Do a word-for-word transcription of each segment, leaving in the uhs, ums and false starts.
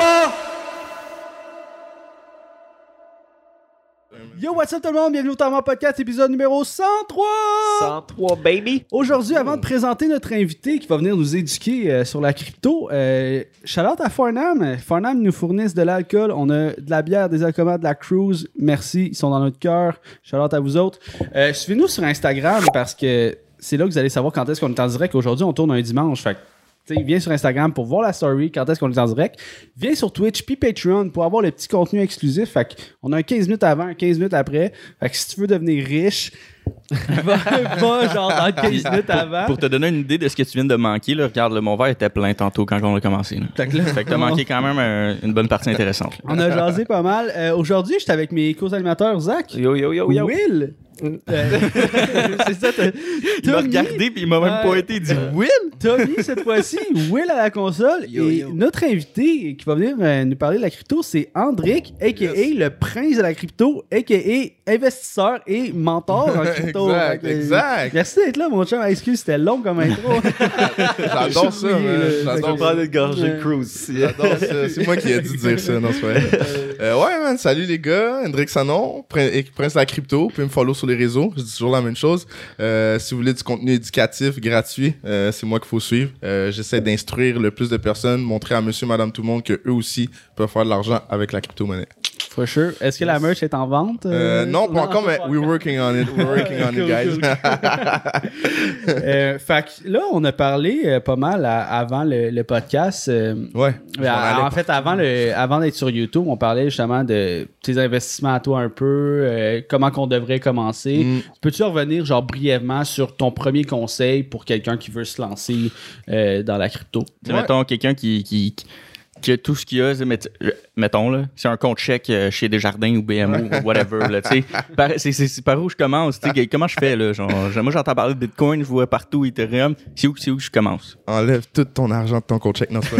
Yo, what's up tout le monde? Bienvenue au Tarman Podcast, épisode numéro cent trois! cent trois, baby! Aujourd'hui, avant de présenter notre invité qui va venir nous éduquer euh, sur la crypto, euh, shout-out à Farnham. Farnham nous fournissent de l'alcool. On a de la bière, des alcoomates, de la cruise. Merci, ils sont dans notre cœur. Shout-out à vous autres. Euh, suivez-nous sur Instagram parce que c'est là que vous allez savoir quand est-ce qu'on est en direct. Aujourd'hui, on tourne un dimanche. Fait que T'sais, viens sur Instagram pour voir la story, quand est-ce qu'on est en direct. Viens sur Twitch puis Patreon pour avoir le petit contenu exclusif. Fait qu'on a un quinze minutes avant, un quinze minutes après. Fait que si tu veux devenir riche, va, va genre dans quinze minutes avant. Pour te donner une idée de ce que tu viens de manquer, là, regarde, là, mon verre était plein tantôt quand on a commencé. Là. Fait que là, fait que t'as manqué quand même un, une bonne partie intéressante. Là. On a jasé pas mal. Euh, aujourd'hui, j'étais avec mes co-animateurs Zach, Yo, yo, yo, yo. Will. Euh, c'est ça, t'as, il m'a regardé puis il m'a même euh, pointé, il dit euh, Will? Tommy, cette fois-ci, Will à la console. Yo, et yo. notre invité qui va venir euh, nous parler de la crypto, c'est Andric, a k a. Yes. Le prince de la crypto, a k a investisseur et mentor en crypto. Exact, euh, exact. Merci d'être là, mon chum. Excuse, c'était long comme intro. J'adore ça, man. J'adore prendre une gorgée Ouais. de cruise. J'adore ça. C'est moi qui ai dû dire ça, non, c'est vrai. Euh, ouais, man, salut les gars. Hendrik Sanon, prin- prince de la crypto. Vous pouvez me follow sur les réseaux. Je dis toujours la même chose. Euh, si vous voulez du contenu éducatif gratuit, euh, c'est moi qu'il faut suivre. Euh, j'essaie d'instruire le plus de personnes, montrer à monsieur, madame, tout le monde qu'eux aussi peuvent faire de l'argent avec la crypto-monnaie. For sure. Est-ce que la merch est en vente? Euh, non, pas encore, mais we're working on it. We're working on Cool, it, guys. cool. euh, fait que là, on a parlé euh, pas mal à- avant le, le podcast. euh, Ouais. Mais à- en fait, avant, le, avant d'être sur YouTube, on parlait justement de tes investissements à toi un peu, euh, comment qu'on devrait commencer. Mm. Peux-tu revenir genre brièvement sur ton premier conseil pour quelqu'un qui veut se lancer euh, dans la crypto? Tu sais, Ouais. mettons, quelqu'un qui, qui, qui a tout ce qu'il y a, c'est, met- mettons, là, c'est un compte chèque euh, chez Desjardins ou B M O ou whatever, là, tu sais. Par, c'est, c'est, c'est par où je commence, tu sais, comment je fais, là, genre, moi, j'entends parler de Bitcoin, je vois partout Ethereum, c'est où, c'est où je commence? Enlève tout ton argent de ton compte chèque. Non, c'est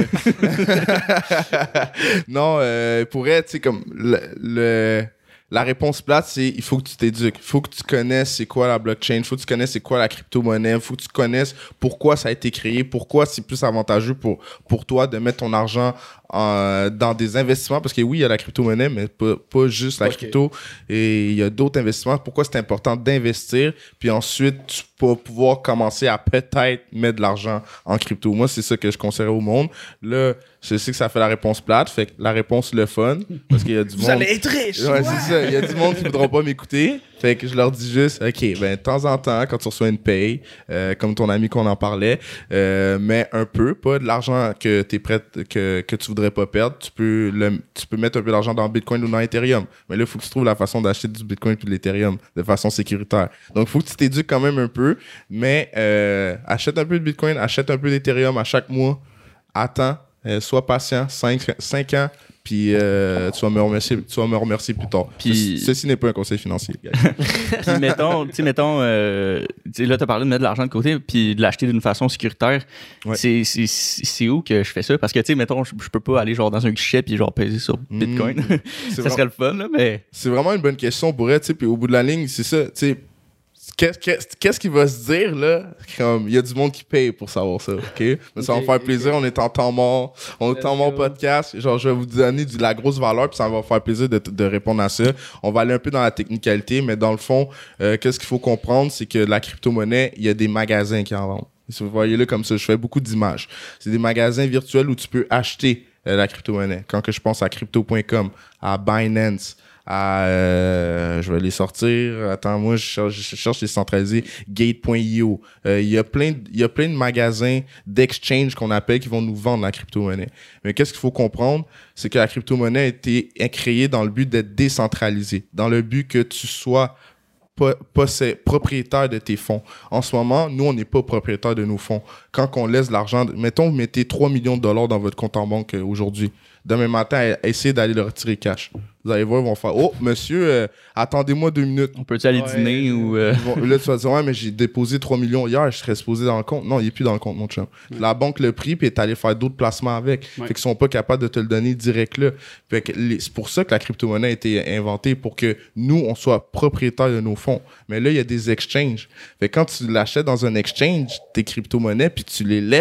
pas vrai. Non, euh, pour être, tu sais, comme le, le- la réponse plate, c'est il faut que tu t'éduques. Il faut que tu connaisses c'est quoi la blockchain. Il faut que tu connaisses c'est quoi la crypto-monnaie. Il faut que tu connaisses pourquoi ça a été créé. Pourquoi c'est plus avantageux pour, pour toi de mettre ton argent en, dans des investissements. Parce que oui, il y a la crypto-monnaie, mais pas, pas juste la Okay. crypto. Et il y a d'autres investissements. Pourquoi c'est important d'investir. Puis ensuite, tu peux pouvoir commencer à peut-être mettre de l'argent en crypto. Moi, c'est ça que je conseillerais au monde. Là, je sais que ça fait la réponse plate. Fait que la réponse le fun. Parce qu'il y a du Vous monde... allez être riche! Ouais, c'est ça. Il y a du monde qui ne voudront pas m'écouter. Fait que je leur dis juste, OK, ben, de temps en temps, quand tu reçois une paye, euh, comme ton ami qu'on en parlait, euh, mets un peu, pas de l'argent que t'es prêt, que, que tu voudrais pas perdre. Tu peux le, tu peux mettre un peu d'argent dans Bitcoin ou dans Ethereum. Mais là, il faut que tu trouves la façon d'acheter du Bitcoin puis de l'Ethereum de façon sécuritaire. Donc, il faut que tu t'éduques quand même un peu. Mais, euh, achète un peu de Bitcoin, achète un peu d'Ethereum à chaque mois. Attends, euh, sois patient, cinq ans. Puis euh, tu vas me remercier, tu vas me remercier plus tard. Puis- Ceci, ceci n'est pas un conseil financier, gars. Puis mettons, tu sais, mettons, euh, tu sais, là, t'as parlé de mettre de l'argent de côté puis de l'acheter d'une façon sécuritaire. Ouais. C'est, c'est, c'est où que je fais ça? Parce que, tu sais, mettons, je, je peux pas aller genre dans un guichet puis genre peser sur Bitcoin. Mmh. C'est ça vrai- serait le fun, là, mais... C'est vraiment une bonne question pour elle, tu sais. Puis au bout de la ligne, c'est ça, tu sais. Qu'est-ce, qu'est-ce, qu'est-ce qui va se dire, là? Comme, il y a du monde qui paye pour savoir ça, OK? Mais ça va Ok, me faire ok. plaisir, on est en temps mort, on est en Let's mort go. podcast. Genre, je vais vous donner de la grosse valeur, puis ça va me faire plaisir de, de répondre à ça. On va aller un peu dans la technicalité, mais dans le fond, euh, qu'est-ce qu'il faut comprendre, c'est que la crypto-monnaie, il y a des magasins qui en vendent. Si vous voyez là comme ça, je fais beaucoup d'images. C'est des magasins virtuels où tu peux acheter euh, la crypto-monnaie. Quand que je pense à crypto point com, à Binance, à, euh, je vais les sortir. Attends, moi, je cherche, je cherche les centralisés. Gate point i o. Euh, Il y a plein, de- il y a plein de magasins d'exchange qu'on appelle qui vont nous vendre la crypto-monnaie. Mais qu'est-ce qu'il faut comprendre? C'est que la crypto-monnaie a été créée dans le but d'être décentralisée, dans le but que tu sois po- possè- propriétaire de tes fonds. En ce moment, nous, on n'est pas propriétaire de nos fonds. Quand on laisse l'argent, mettons, vous mettez trois millions de dollars dans votre compte en banque euh, aujourd'hui. Demain matin, essayez d'aller le retirer cash. Vous allez voir, ils vont faire « Oh, monsieur, euh, attendez-moi deux minutes. » On peut-tu aller Ouais. dîner ou... euh, Ils vont- Là, tu vas dire « Ouais, mais j'ai déposé trois millions hier, je serais supposé dans le compte. » Non, il n'est plus dans le compte, mon chum. La banque l'a pris, puis est allée faire d'autres placements avec. Ouais. Fait qu'ils sont pas capables de te le donner direct là. Fait que les- c'est pour ça que la crypto-monnaie a été inventée, pour que nous, on soit propriétaires de nos fonds. Mais là, il y a des exchanges. Fait que quand tu l'achètes dans un exchange, tes crypto-monnaies, puis tu les laisses,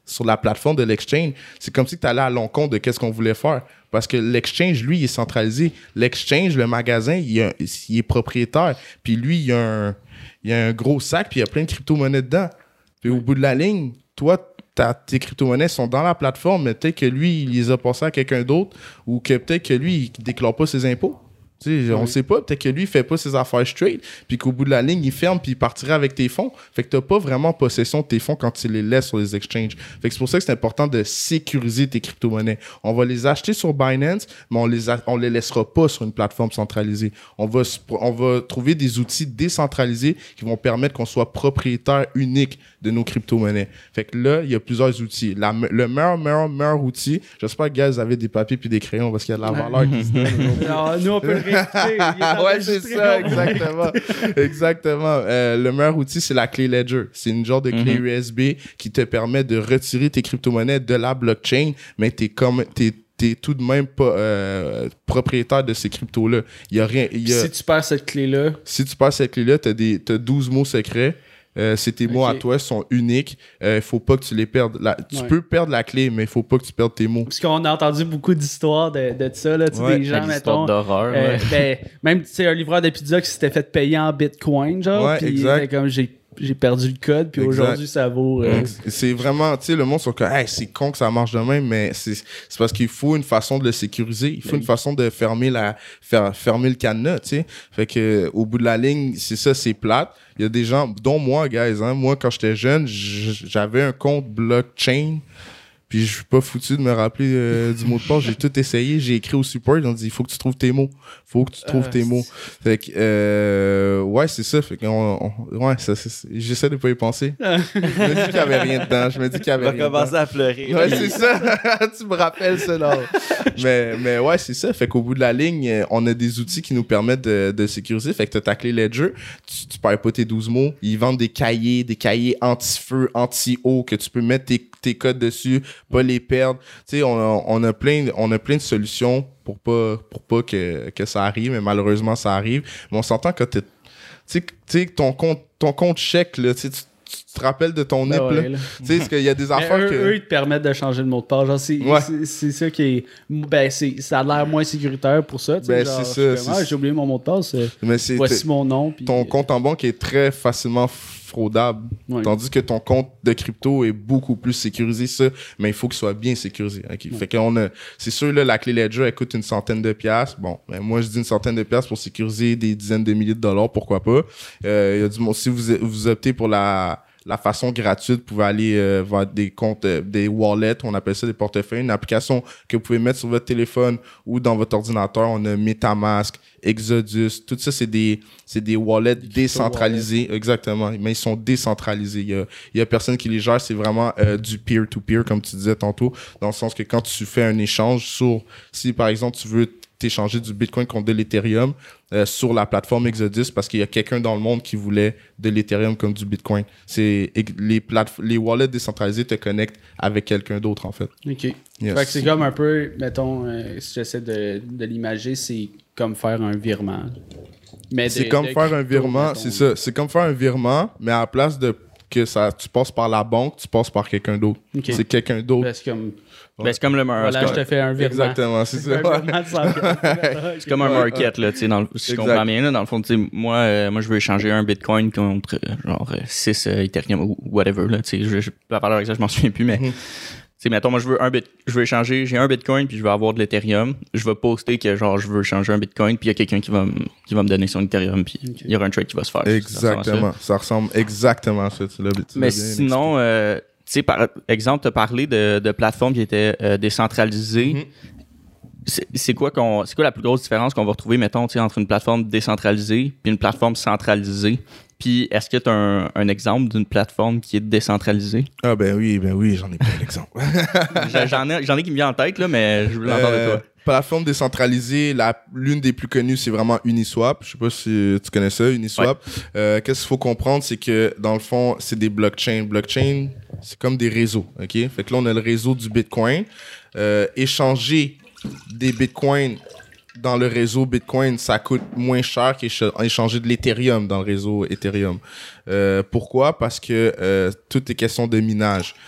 sur la plateforme de l'exchange, c'est comme si tu allais à l'encontre de qu'est-ce qu'on voulait faire. Parce que l'exchange, lui, il est centralisé. L'exchange, le magasin, il, a, il est propriétaire. Puis lui, il y a un, il y a un gros sac, puis il y a plein de crypto-monnaies dedans. Puis au bout de la ligne, toi, ta, tes crypto-monnaies sont dans la plateforme, mais peut-être que lui, il les a passées à quelqu'un d'autre ou que peut-être que lui, il déclare pas ses impôts. Tu sais, on sait pas, peut-être que lui, il fait pas ses affaires straight, puis qu'au bout de la ligne, il ferme, puis il partirait avec tes fonds. Fait que t'as pas vraiment possession de tes fonds quand tu les laisses sur les exchanges. Fait que c'est pour ça que c'est important de sécuriser tes crypto-monnaies. On va les acheter sur Binance, mais on les, a- on les laissera pas sur une plateforme centralisée. On va, on va trouver des outils décentralisés qui vont permettre qu'on soit propriétaire unique de nos crypto-monnaies. Fait que là, il y a plusieurs outils. La, le meilleur, meilleur, meilleur outil, j'espère que, gars, vous avez des papiers puis des crayons parce qu'il y a de la valeur qui se donne aujourd'hui. Alors, nous, on peut le réécouter. Il est Ouais, c'est enregistré. ça, exactement. Exactement. Euh, le meilleur outil, c'est la clé Ledger. C'est une genre de clé Mhm. U S B qui te permet de retirer tes crypto-monnaies de la blockchain, mais t'es comme, t'es, t'es tout de même pas euh, propriétaire de ces cryptos-là. Il y a rien. il y a- Si tu perds cette clé-là, si tu passes cette clé-là, t'as des, t'as douze mots secrets. Euh, c'est tes mots Ok. à toi, sont uniques. Il euh, faut pas que tu les perdes. La- tu Ouais. peux perdre la clé, mais il faut pas que tu perdes tes mots. parce qu'on a entendu beaucoup d'histoires de, de ça, là, tu sais, Ouais, des gens, Des histoires mettons. d'horreur. euh, ouais. ben, même, tu sais, un livreur de pizza qui s'était fait payer en bitcoin, genre. Ouais, Puis il exact. était comme, j'ai, j'ai perdu le code, puis Exact. aujourd'hui, ça vaut. euh, C'est vraiment, tu sais, le monde sont comme, hey, c'est con que ça marche de même, mais c'est, c'est parce qu'il faut une façon de le sécuriser. Il faut Oui. une façon de fermer la, faire, fermer le cadenas, tu sais. Fait que, au bout de la ligne, c'est ça, c'est plate. Il y a des gens, dont moi, guys, hein. Moi, quand j'étais jeune, j- j'avais un compte blockchain. Puis je suis pas foutu de me rappeler euh, du mot de passe. J'ai tout essayé. J'ai écrit au support. Ils ont dit, il faut que tu trouves tes mots. Faut que tu trouves Ah, tes mots. Fait que, euh, ouais, c'est ça. Fait que, on, on- ouais, ça, c'est- j'essaie de pas y penser. Je me dis qu'il y avait rien dedans. Je me dis qu'il y On avait va rien dedans. commencer à pleurer. Ouais, c'est ça. Tu me rappelles ça, là. mais, mais ouais, c'est ça. Fait qu'au bout de la ligne, euh, on a des outils qui nous permettent de, de sécuriser. Fait que t'as ta clé Ledger. Tu, tu perds pas tes douze mots. Ils vendent des cahiers, des cahiers anti-feu, anti-eau, que tu peux mettre tes, tes codes dessus, pas les perdre. Tu sais, on a, on a plein, on a plein de solutions pour pas, pour pas que, que ça arrive, mais malheureusement, ça arrive. Mais on s'entend que t'es, tu sais, tu sais, ton compte, ton compte chèque, là, tu sais, tu tu te rappelles de ton ben nip, ouais, là. là. Tu sais, parce qu'il y a des Mais affaires eux, que... eux, ils te permettent de changer le mot de passe. Genre, c'est, Ouais. c'est, c'est ça qui est. Ben, c'est, ça a l'air moins sécuritaire pour ça. tu sais, Ben, genre, c'est je ça, suis comme, c'est ah, ça. j'ai oublié mon mot de passe. euh, Mais c'est Voici mon nom. Puis, ton compte en banque est très facilement fraudable. Ouais. Tandis que ton compte de crypto est beaucoup plus sécurisé, ça, mais il faut qu'il soit bien sécurisé. ok? Ouais. Fait qu'on a, c'est sûr, là, la clé Ledger, elle coûte une centaine de piastres. Bon, ben, moi, je dis une centaine de piastres pour sécuriser des dizaines de milliers de dollars, pourquoi pas. Euh, il y a du monde, si vous, vous optez pour la, la façon gratuite, vous pouvez aller euh, vers des comptes, euh, des wallets, on appelle ça des portefeuilles, une application que vous pouvez mettre sur votre téléphone ou dans votre ordinateur. On a MetaMask, Exodus, tout ça, c'est des, c'est des wallets décentralisés. Exactement. Mais ils sont décentralisés. Il y a, il y a personne qui les gère. C'est vraiment euh, du peer-to-peer, comme tu disais tantôt, dans le sens que quand tu fais un échange sur, si par exemple tu veux t'échanger du Bitcoin contre de l'Ethereum euh, sur la plateforme Exodus parce qu'il y a quelqu'un dans le monde qui voulait de l'Ethereum comme du Bitcoin. C'est les plate- les wallets décentralisés te connectent avec quelqu'un d'autre en fait. OK. Yes. Fait que c'est comme un peu, mettons, euh, si j'essaie de, de l'imager, c'est comme faire un virement. Mais C'est de- comme de faire un crypto, virement, mettons. c'est ça. C'est comme faire un virement, mais à la place de que ça, tu passes par la banque, tu passes par quelqu'un d'autre. Ok. C'est quelqu'un d'autre. Ben, c'est comme, Ben, c'est comme le mar- voilà, c'est je comme- te fais un virement. Exactement, c'est ça. Un virement de cent piastres. c'est comme un market, là, tu sais, dans le- si je Exact. comprends bien, là, dans le fond, tu sais, moi, euh, moi, je veux échanger un Bitcoin contre, euh, genre, six Ethereum ou whatever, là, tu sais, je- je- la valeur exacte, je m'en souviens plus, mais, Mhm. tu sais, mettons, moi, je veux un bit, je veux échanger, j'ai un Bitcoin, puis je veux avoir de l'Ethereum, je vais poster que, genre, je veux échanger un Bitcoin, puis il y a quelqu'un qui va, m- qui va me donner son Ethereum, puis il Ok. y aura un trade qui va se faire. Ça ressemble à ça. Exactement. Ça ressemble exactement à ça. Tu l'as- tu l'as Mais bien sinon, euh, tu sais, par exemple, tu as parlé de, de plateformes qui étaient euh, décentralisées. Mhm. C'est c'est quoi qu'on, c'est quoi la plus grosse différence qu'on va retrouver, mettons, tu sais, entre une plateforme décentralisée puis une plateforme centralisée? Puis est-ce que tu as un, un exemple d'une plateforme qui est décentralisée? Ah ben oui, ben oui, j'en ai plein d'exemples. J'en- J'en ai, j'en ai qui me vient en tête, là, mais je veux l'entendre de Euh, toi. Plateforme décentralisée, la, l'une des plus connues, c'est vraiment Uniswap. Je sais pas si tu connais ça, Uniswap. Euh, qu'est-ce qu'il faut comprendre, c'est que dans le fond, c'est des blockchains. Blockchain, c'est comme des réseaux, ok? Fait que là, on a le réseau du Bitcoin. Euh, échanger des Bitcoins dans le réseau Bitcoin, ça coûte moins cher qu'échanger de l'Ethereum dans le réseau Ethereum. Euh, pourquoi? Parce que euh, tout est question de minage.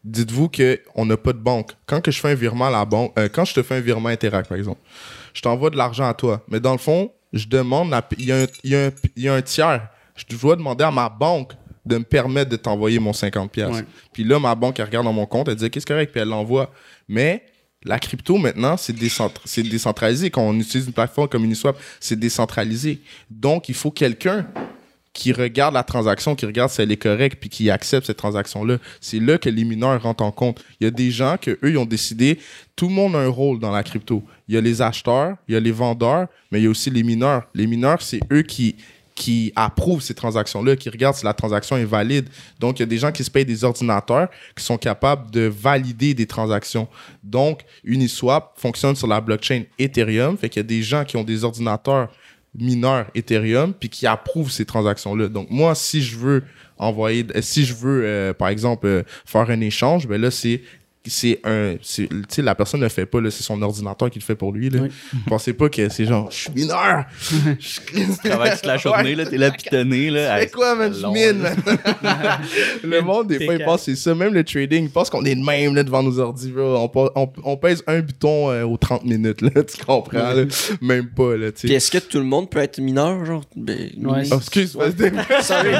dites-vous qu'on n'a pas de banque. Quand que je fais un virement à la banque, euh, quand je te fais un virement Interac, par exemple, je t'envoie de l'argent à toi. Mais dans le fond, je demande, il y, y, y, y a un tiers. Je dois demander à ma banque de me permettre de t'envoyer mon cinquante piastres. Ouais. Puis là, ma banque, elle regarde dans mon compte, elle dit « Qu'est-ce que c'est correct? » Puis elle l'envoie. Mais la crypto, maintenant, c'est, décentra- c'est décentralisé. Quand on utilise une plateforme comme Uniswap, c'est décentralisé. Donc, il faut quelqu'un qui regarde la transaction, qui regarde si elle est correcte, puis qui accepte cette transaction-là. C'est là que les mineurs rentrent en compte. Il y a des gens que eux ils ont décidé, tout le monde a un rôle dans la crypto. Il y a les acheteurs, il y a les vendeurs, mais il y a aussi les mineurs. Les mineurs, c'est eux qui, qui approuvent ces transactions-là, qui regardent si la transaction est valide. Donc, il y a des gens qui se payent des ordinateurs qui sont capables de valider des transactions. Donc, Uniswap fonctionne sur la blockchain Ethereum, fait qu'il y a des gens qui ont des ordinateurs mineurs Ethereum puis qui approuvent ces transactions-là. Donc, moi, si je veux envoyer, si je veux, euh, par exemple, euh, faire un échange, ben là, c'est c'est un tu sais la personne ne le fait pas là, c'est son ordinateur qui le fait pour lui là. Oui. Pensez pas que c'est genre je suis mineur. Tu travailles toute la journée là, t'es là pitonné là. C'est quoi man, je mine man. Le monde des fois il pense c'est ça, même le trading, il pense qu'on est de même là devant nos ordi, on, on, on pèse un bouton euh, aux trente minutes là, tu comprends là? Même pas là, tu sais. Puis est-ce que tout le monde peut être mineur genre ben, ouais. Oh, excuse moi. Sorry.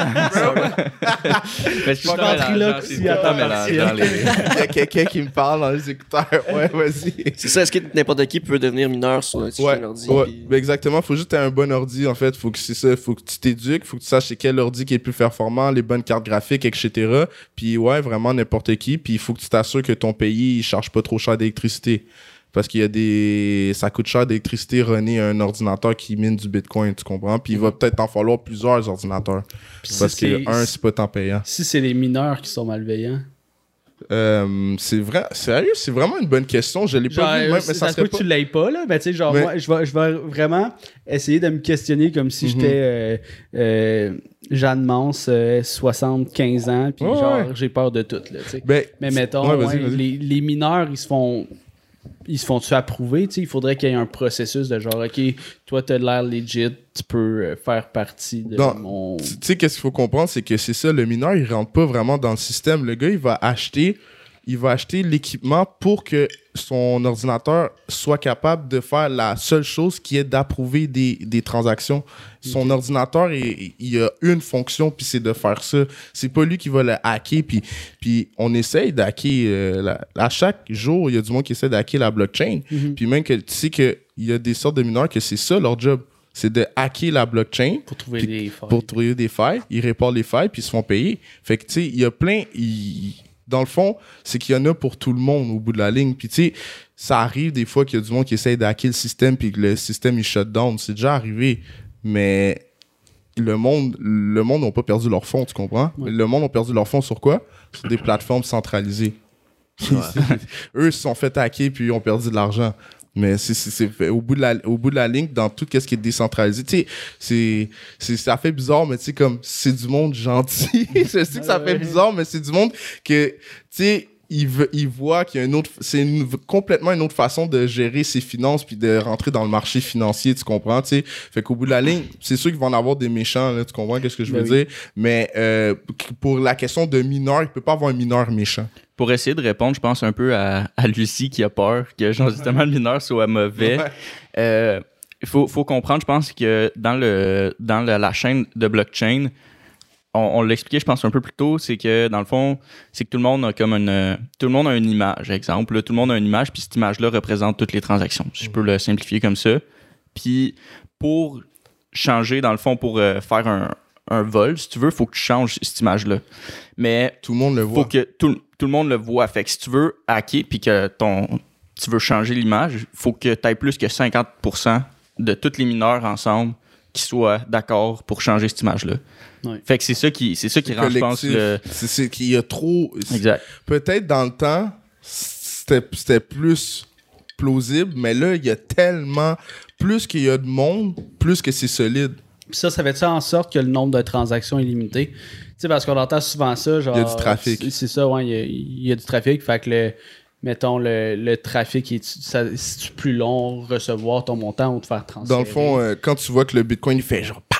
Mais je suis pas là si attends mais là il y a quelqu'un qui me parle dans les écouteurs. Ouais, vas-y. C'est ça, est-ce que n'importe qui peut devenir mineur sur un ouais, ordi? Ouais, puis... ben exactement. Faut juste avoir un bon ordi, en fait. Faut que c'est ça. Faut que tu t'éduques. Faut que tu saches c'est quel ordi qui est le plus performant, les bonnes cartes graphiques, et cetera. Puis ouais, vraiment n'importe qui. Puis il faut que tu t'assures que ton pays, il charge pas trop cher d'électricité. Parce qu'il y a des... Ça coûte cher d'électricité runner un ordinateur qui mine du Bitcoin, tu comprends? Puis il va peut-être en falloir plusieurs ordinateurs. Puis parce si que un, c'est pas tant payant. Si c'est les mineurs qui sont malveillants. Euh, c'est vrai, sérieux, c'est vraiment une bonne question. Je l'ai genre, pas vu, même, mais ça, ça serait peut pas... que tu l'aies pas, là. Mais tu sais, genre, mais... moi, je vais, je vais vraiment essayer de me questionner comme si mm-hmm. j'étais euh, euh, Jeanne Mans, euh, soixante-quinze ans, puis oh, genre, ouais. j'ai peur de tout, là, tu sais. Ben, mais mettons, ouais, vas-y, ouais, vas-y. Les, les mineurs, ils se font... Ils se font-tu approuver? Il faudrait qu'il y ait un processus de genre, OK, toi, t'as l'air legit, tu peux faire partie de non, mon... Tu sais, qu'est-ce qu'il faut comprendre, c'est que c'est ça, le mineur, il rentre pas vraiment dans le système. Le gars, il va acheter, il va acheter l'équipement pour que son ordinateur soit capable de faire la seule chose qui est d'approuver des, des transactions. Son okay. ordinateur, il, il a une fonction, puis c'est de faire ça. C'est pas lui qui va le hacker, puis, puis on essaye de hacker. Euh, la, à chaque jour, il y a du monde qui essaie de hacker la blockchain. Mm-hmm. Puis même que tu sais qu'il y a des sortes de mineurs que c'est ça leur job. C'est de hacker la blockchain. Pour trouver des failles. Pour trouver des failles. Ils réparent les failles, puis ils se font payer. Fait que tu sais, il y a plein... Il, dans le fond, c'est qu'il y en a pour tout le monde au bout de la ligne. Puis tu sais, ça arrive des fois qu'il y a du monde qui essaye de hacker le système puis que le système il shut down. C'est déjà arrivé. Mais le monde, le monde n'a pas perdu leur fonds, tu comprends? Ouais. Le monde a perdu leur fonds sur quoi? Sur des plateformes centralisées. Ouais. Eux, ils se sont fait hacker puis ils ont perdu de l'argent. Mais c'est, c'est, c'est au, bout de la, au bout de la ligne, dans tout ce qui est décentralisé, tu sais, c'est, c'est, ça fait bizarre, mais tu sais, comme, c'est du monde gentil. Je sais que ça fait bizarre, mais c'est du monde que, tu sais, il, veut, il voit qu'il y a une autre, c'est une, complètement une autre façon de gérer ses finances puis de rentrer dans le marché financier, tu comprends, tu sais. Fait qu'au bout de la ligne, c'est sûr qu'ils vont en avoir des méchants, là, tu comprends qu'est-ce que je veux ben dire? Oui. Mais euh, pour la question de mineur, il peut pas avoir un mineur méchant. Pour essayer de répondre, je pense un peu à, à Lucie qui a peur que genre, justement le mineur soit mauvais. Il ouais. euh, faut, faut comprendre, je pense, que dans, le, dans le, la chaîne de blockchain, on, on l'a expliqué, je pense, un peu plus tôt, c'est que dans le fond, c'est que tout le monde a comme une, tout le monde a une image, exemple. Là, tout le monde a une image, puis cette image-là représente toutes les transactions. Si je peux le simplifier comme ça. Puis pour changer, dans le fond, pour euh, faire un, un vol, si tu veux, il faut que tu changes cette image-là. Mais tout le monde le voit. Faut que tout, tout le monde le voit. Fait que si tu veux hacker puis que ton, tu veux changer l'image, il faut que tu aies plus que cinquante pour cent de tous les mineurs ensemble qui soient d'accord pour changer cette image-là. Oui. Fait que c'est ça qui, c'est ça qui rend, je pense, le... C'est, c'est qu'il y a trop... Exact. Peut-être dans le temps, c'était, c'était plus plausible, mais là, il y a tellement... Plus qu'il y a de monde, plus que c'est solide. Puis ça, ça fait ça en sorte que le nombre de transactions est limité. Tu sais, parce qu'on entend souvent ça, genre... Il y a du trafic. C'est, c'est ça, ouais, il y, a, il y a du trafic. Fait que, le, mettons, le, le trafic, est, ça, c'est plus long recevoir ton montant ou te faire transférer. Dans le fond, euh, quand tu vois que le Bitcoin, il fait genre... Pah!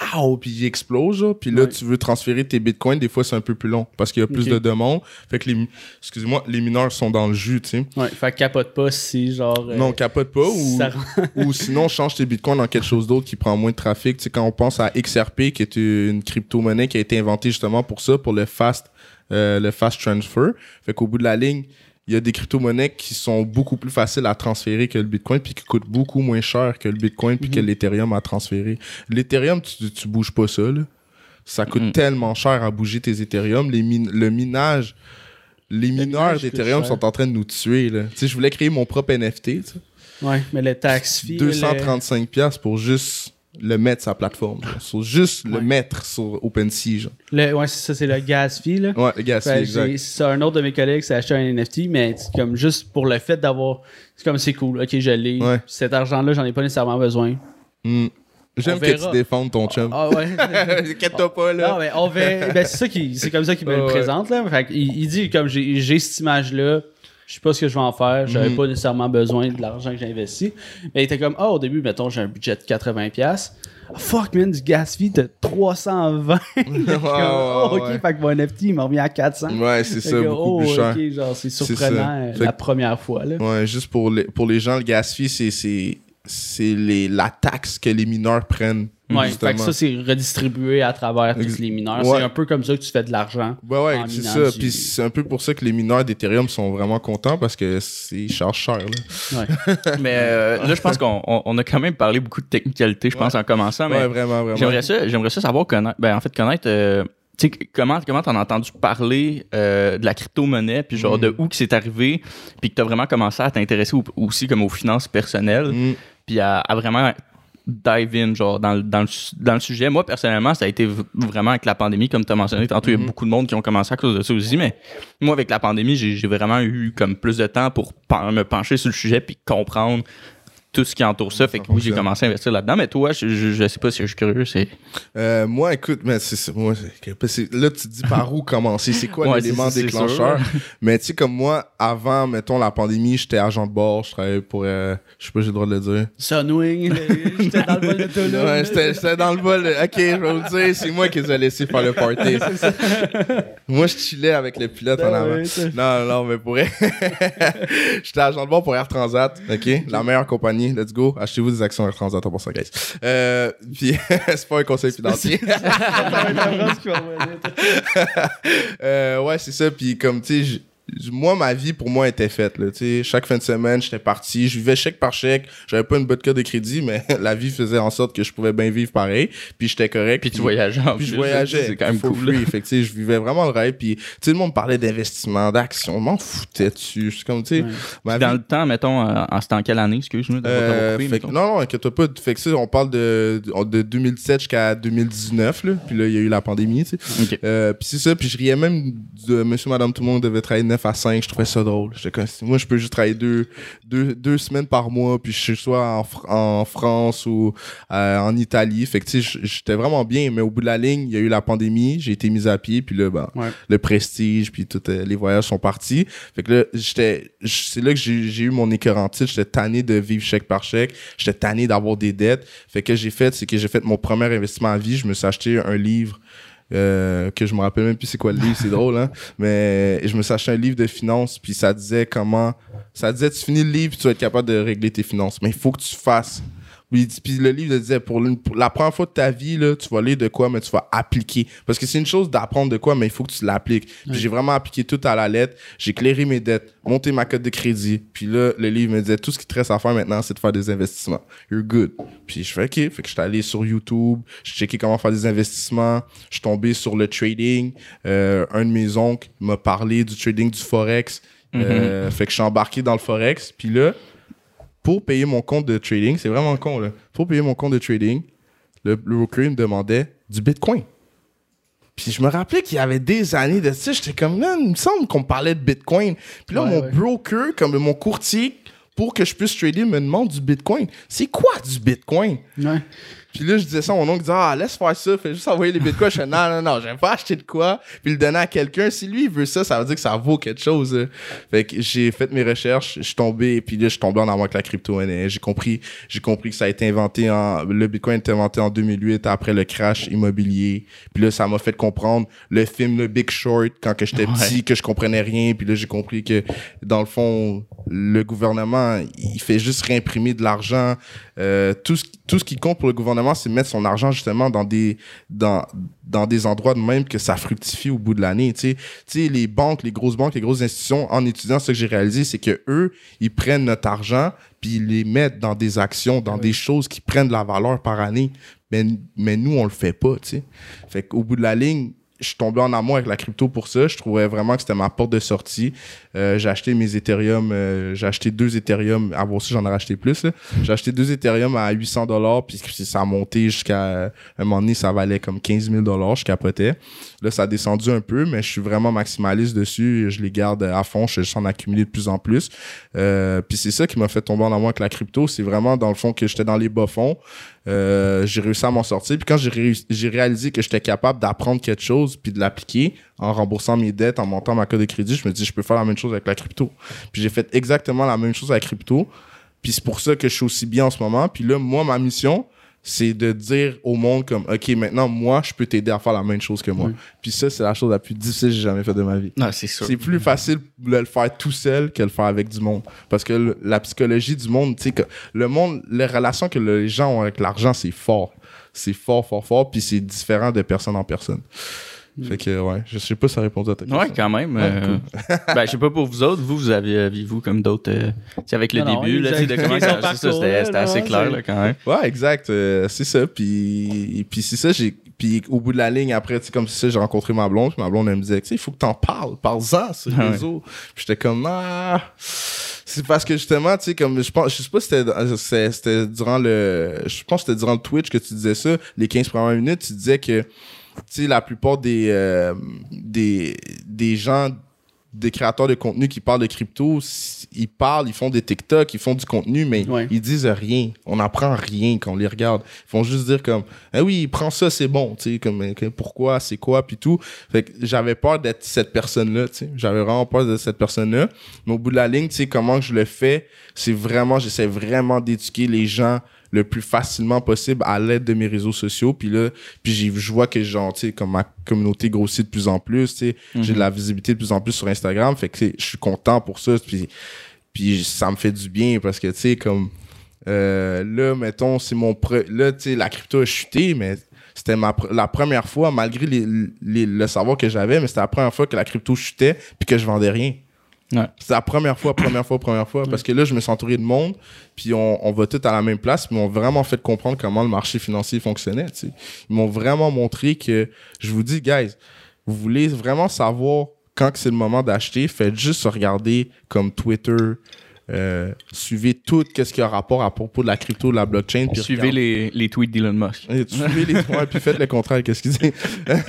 pow, puis il explose, là. Puis là, Ouais. tu veux transférer tes bitcoins, des fois, c'est un peu plus long parce qu'il y a plus Ok. de demandes. Fait que les, excusez-moi, les mineurs sont dans le jus, tu sais. Ouais, fait que capote pas si, genre. euh, Non, capote pas ou, ça- ou sinon change tes bitcoins dans quelque chose d'autre qui prend moins de trafic. Tu sais, quand on pense à X R P, qui est une crypto-monnaie qui a été inventée justement pour ça, pour le fast, euh, le fast transfer. Fait qu'au bout de la ligne, il y a des crypto-monnaies qui sont beaucoup plus faciles à transférer que le Bitcoin puis qui coûtent beaucoup moins cher que le Bitcoin puis Mhm. que l'Ethereum à transférer. L'Ethereum, tu, tu bouges pas ça, là. Ça coûte Mhm. tellement cher à bouger tes Ethereum. Les min- le minage, les mineurs minage coûte d'Ethereum cher. sont en train de nous tuer, là. Tu sais, je voulais créer mon propre N F T, tu sais. Ouais, mais le tax fee. deux cent trente-cinq dollars pour juste le mettre sur la plateforme. Genre. Sur juste Ouais. le mettre sur OpenSea. Genre. Le, le- ouais, c'est ça, c'est le gas fee, là. Ouais, le gars, c'est Fait, exact. j'ai- c'est un autre de mes collègues s'est acheté un N F T, mais c'est comme juste pour le fait d'avoir. C'est comme c'est cool, ok, je l'ai. Ouais. Cet argent-là, j'en ai pas nécessairement besoin. Mm. J'aime On que verra. tu défendes ton chum. Ah ouais. Inquiète-toi pas, là. Non, mais on verra. Ben, c'est ça qui, c'est comme ça qu'il me Ouais, le ouais. présente, là. Fait qu'il- il dit, comme j'ai, j'ai cette image-là, je sais pas ce que je vais en faire, j'avais Mhm. pas nécessairement besoin de l'argent que j'ai investi. Mais il était comme, ah, au début, mettons, j'ai un budget de quatre-vingts dollars. Ah, fuck, man, du gas fee de trois cent vingt. Comme, oh, ok, ouais. fait que mon N F T, il m'a remis à quatre cents. Ouais, c'est Fait ça, que, beaucoup oh, plus cher. ok, genre, c'est C'est surprenant ça. euh, Fait la que- première fois, là. Ouais, juste pour les, pour les gens, le gas fee, c'est, c'est, c'est les, la taxe que les mineurs prennent. Ouais, justement. fait que ça, c'est redistribué à travers tous Ex- les mineurs. Ouais. C'est un peu comme ça que tu fais de l'argent. Ouais, ouais, en c'est minant ça. du- Puis c'est un peu pour ça que les mineurs d'Ethereum sont vraiment contents parce que c'est ils chargent cher, là. Ouais. Mais euh, là, je pense qu'on on, on a quand même parlé beaucoup de technicalité, je pense, en commençant. Mais Ouais, vraiment, vraiment. j'aimerais ça, j'aimerais ça savoir connaître, ben, en fait, connaître, euh, tu sais, comment, comment t'en as entendu parler euh, de la crypto-monnaie, puis genre Mm. de où que c'est arrivé, puis que t'as vraiment commencé à t'intéresser au- aussi comme aux finances personnelles, Mm. puis à, à vraiment dive in, genre, dans, le- dans, le, su- dans le sujet. Moi, personnellement, ça a été v- vraiment avec la pandémie, comme tu as mentionné tantôt, il y a Mhm. beaucoup de monde qui ont commencé à cause de ça aussi, mais moi, avec la pandémie, j'ai j'ai vraiment eu comme plus de temps pour pen- me pencher sur le sujet puis comprendre tout ce qui entoure ça. Fait que oui, j'ai fonctionne. commencé à investir là-dedans. Mais toi, je, je, je sais pas si je suis curieux. C'est... Euh, moi, écoute, mais c'est, c'est- moi, c'est, c'est- là, tu te dis par où commencer. C'est quoi Ouais, l'élément c'est- c'est déclencheur? sûr. Mais tu sais, comme moi, avant, mettons, la pandémie, j'étais agent de bord, je travaillais pour, euh, je sais pas, j'ai le droit de le dire. Sunwing, j'étais dans le bol de Toulouse. Ouais, j'étais, j'étais dans le bol. Ok, je vais vous dire, c'est moi qui les ai laissés faire le party. Moi, je chillais avec le pilote en Ah avant. ouais, ça. Non, non, mais pour vrai. J'étais agent de bord pour Air Transat, ok? La meilleure compagnie, let's go. Achetez-vous des actions Air Transat pour ça, guys. Euh, puis, c'est pas un conseil financier. Euh, ouais, c'est ça. Puis comme, tu sais, j- j- moi, ma vie, pour moi, était faite. Là, tu sais. Chaque fin de semaine, j'étais parti. Je vivais chèque par chèque. J'avais pas une bonne carte de crédit, mais la vie faisait en sorte que je pouvais bien vivre pareil. Puis j'étais correct. Puis tu voyageais en Puis je plus, voyageais. C'est quand même for cool. free. Fait que, tu sais, je vivais vraiment le rêve. Puis, tu sais, le monde parlait d'investissement, d'action. Je m'en foutais dessus. C'est comme, tu sais, Ouais. ma Dans vie- le temps, mettons, euh, en, c'était en quelle année, excuse-moi, de euh, coupé, fait que- mettons? non, non, inquiète-toi pas. Fait que ça, on parle de, de, de deux mille sept jusqu'à deux mille dix-neuf, là. Puis là, il y a eu la pandémie, tu sais. Ok. Euh, puis c'est ça, puis je riais même de Monsieur, Madame, tout le monde devait travailler neuf à cinq. Je trouvais ça drôle. J'étais comme, moi, je peux juste travailler deux, deux, deux semaines par mois, puis je suis soit en, Fr- en France ou euh, en Italie. Fait que, tu sais, j'étais vraiment bien, mais au bout de la ligne, il y a eu la pandémie, j'ai été mis à pied, puis là, ben, Ouais. le prestige, puis tous les voyages sont partis. Fait que là, j'étais, j- c'est là que j'ai j'ai eu mon écœurantite. J'étais tanné de vivre chèque par chèque. J'étais tanné d'avoir des dettes. Fait que j'ai fait, c'est que j'ai fait mon premier investissement à vie. Je me suis acheté un livre euh, que je me rappelle même plus c'est quoi le livre, c'est drôle, hein. Mais je me suis acheté un livre de finances, puis ça disait comment, ça disait tu finis le livre, puis tu vas être capable de régler tes finances. Mais il faut que tu fasses. Puis, puis le livre disait, pour, l'une- pour la première fois de ta vie, là, tu vas lire de quoi, mais tu vas appliquer. Parce que c'est une chose d'apprendre de quoi, mais il faut que tu l'appliques. Puis Ouais. j'ai vraiment appliqué tout à la lettre. J'ai clairé mes dettes, monté ma cote de crédit. Puis là, le livre me disait, tout ce qui te reste à faire maintenant, c'est de faire des investissements. You're good. Puis je fais, OK. Fait que je suis allé sur YouTube, j'ai checké comment faire des investissements. Je suis tombé sur le trading. Euh, un de mes oncles m'a parlé du trading du Forex. Euh, fait que je suis embarqué dans le Forex. Puis là, pour payer mon compte de trading, c'est vraiment con, là. Pour payer mon compte de trading, le, le broker il me demandait du Bitcoin. Puis je me rappelais qu'il y avait des années de ça. J'étais comme, là, il me semble qu'on me parlait de Bitcoin. Puis là, Ouais, mon ouais. broker, comme mon courtier, pour que je puisse trader, me demande du Bitcoin. C'est quoi du Bitcoin? Ouais. Puis là, je disais ça à mon oncle, il disait, ah, laisse faire ça, fais juste envoyer les bitcoins. Je fais, non, non, non, j'aime pas acheter de quoi, puis le donner à quelqu'un. Si lui, il veut ça, ça veut dire que ça vaut quelque chose. Là. Fait que j'ai fait mes recherches, je suis tombé, puis là, je suis tombé en amour avec la crypto-monnaie. J'ai compris, j'ai compris que ça a été inventé en, le bitcoin a été inventé en deux mille huit après le crash immobilier. Puis là, ça m'a fait comprendre le film Le Big Short quand que j'étais Ouais. petit, que je comprenais rien. Puis là, j'ai compris que, dans le fond, le gouvernement, il fait juste réimprimer de l'argent. Euh, tout, ce, tout ce qui compte pour le gouvernement, c'est mettre son argent justement dans des, dans, dans des endroits de même que ça fructifie au bout de l'année. Tu sais, tu sais, les banques, les grosses banques, les grosses institutions, en étudiant, ce que j'ai réalisé, c'est que eux, ils prennent notre argent puis ils les mettent dans des actions, dans Oui. des choses qui prennent de la valeur par année. Mais, mais nous, on le fait pas, tu sais. Fait qu'au bout de la ligne, je suis tombé en amour avec la crypto pour ça. Je trouvais vraiment que c'était ma porte de sortie. Euh, j'ai acheté mes Ethereum. Euh, j'ai acheté deux Ethereum. Ah bon, aussi, j'en ai racheté plus. Là. J'ai acheté deux Ethereum à huit cents dollars. Puis ça a monté jusqu'à... À un moment donné, ça valait comme quinze mille dollars. Je capotais. Là, ça a descendu un peu, mais je suis vraiment maximaliste dessus. Je les garde à fond. Je suis en accumuler de plus en plus. Euh, puis c'est ça qui m'a fait tomber en amour avec la crypto. C'est vraiment, dans le fond, que j'étais dans les bas-fonds. Euh, j'ai réussi à m'en sortir. Puis quand j'ai, réussi, j'ai réalisé que j'étais capable d'apprendre quelque chose puis de l'appliquer en remboursant mes dettes, en montant ma cote de crédit, je me dis je peux faire la même chose avec la crypto. Puis j'ai fait exactement la même chose avec la crypto. Puis c'est pour ça que je suis aussi bien en ce moment. Puis là, moi, ma mission, c'est de dire au monde comme OK, maintenant, moi, je peux t'aider à faire la même chose que moi. Oui. Puis ça, c'est la chose la plus difficile que j'ai jamais faite de ma vie. Non, c'est sûr. C'est plus facile de le faire tout seul que de le faire avec du monde. Parce que le- la psychologie du monde, tu sais, que le monde, les relations que les gens ont avec l'argent, c'est fort. C'est fort, fort, fort. Puis c'est différent de personne en personne. Fait que, ouais, je sais pas si ça répond à ta question. Ouais, quand même. euh, ben, je sais pas pour vous autres, vous, vous avez, aviez-vous comme d'autres. Euh, tu sais, avec le Non, non, début, ils là, tu sais, de expliquent comment son ça. C'est ça, parcours, c'était là, c'était assez là, clair, c'est- là, quand même. Ouais, exact. euh, c'est ça. Puis, puis c'est ça, j'ai. Puis au bout de la ligne, après, tu sais, comme ça, j'ai rencontré ma blonde. Puis ma blonde, elle me disait, tu sais, il faut que t'en parles. Parle-en sur Ah les ouais. réseaux. Puis j'étais comme, ah. C'est parce que justement, tu sais, comme, je pense, je sais pas si c'était, c'était, c'était durant le, je pense que c'était durant le Twitch que tu disais ça, les quinze premières minutes, tu disais que, tu sais, la plupart des, euh, des, des gens, des créateurs de contenu qui parlent de crypto, ils parlent, ils font des TikTok, ils font du contenu, mais Ouais. ils disent rien. On n'apprend rien quand on les regarde. Ils font juste dire comme, ah oui, prends ça, c'est bon, tu sais, comme, que- pourquoi, c'est quoi, puis tout. Fait que j'avais peur d'être cette personne-là, tu sais. J'avais vraiment peur d'être cette personne-là. Mais au bout de la ligne, tu sais, comment je le fais, c'est vraiment, j'essaie vraiment d'éduquer les gens le plus facilement possible à l'aide de mes réseaux sociaux. Puis là, puis j'ai- je vois que genre, tu sais, comme ma communauté grossit de plus en plus, tu sais, j'ai de la visibilité de plus en plus sur Instagram. Fait que tu sais, je suis content pour ça. Puis, puis ça me fait du bien parce que, tu sais, comme euh, là, mettons, c'est mon... Pre- là, tu sais, la crypto a chuté, mais c'était ma pr- la première fois, malgré les, les, le savoir que j'avais, mais c'était la première fois que la crypto chutait puis que je vendais rien. Ouais. C'est la première fois, première fois, première fois. Parce que là, je me suis entouré de monde, puis on, on va tous à la même place, puis ils m'ont vraiment fait comprendre comment le marché financier fonctionnait. Tu sais. Ils m'ont vraiment montré que, je vous dis, guys, vous voulez vraiment savoir quand que c'est le moment d'acheter, faites juste regarder comme Twitter, euh, suivez tout ce qui a rapport à propos de la crypto, de la blockchain. Puis Suivez regardez- les, les tweets d'Elon Musk. et tu suivez les points, puis faites le contraire, qu'est-ce qu'il dit.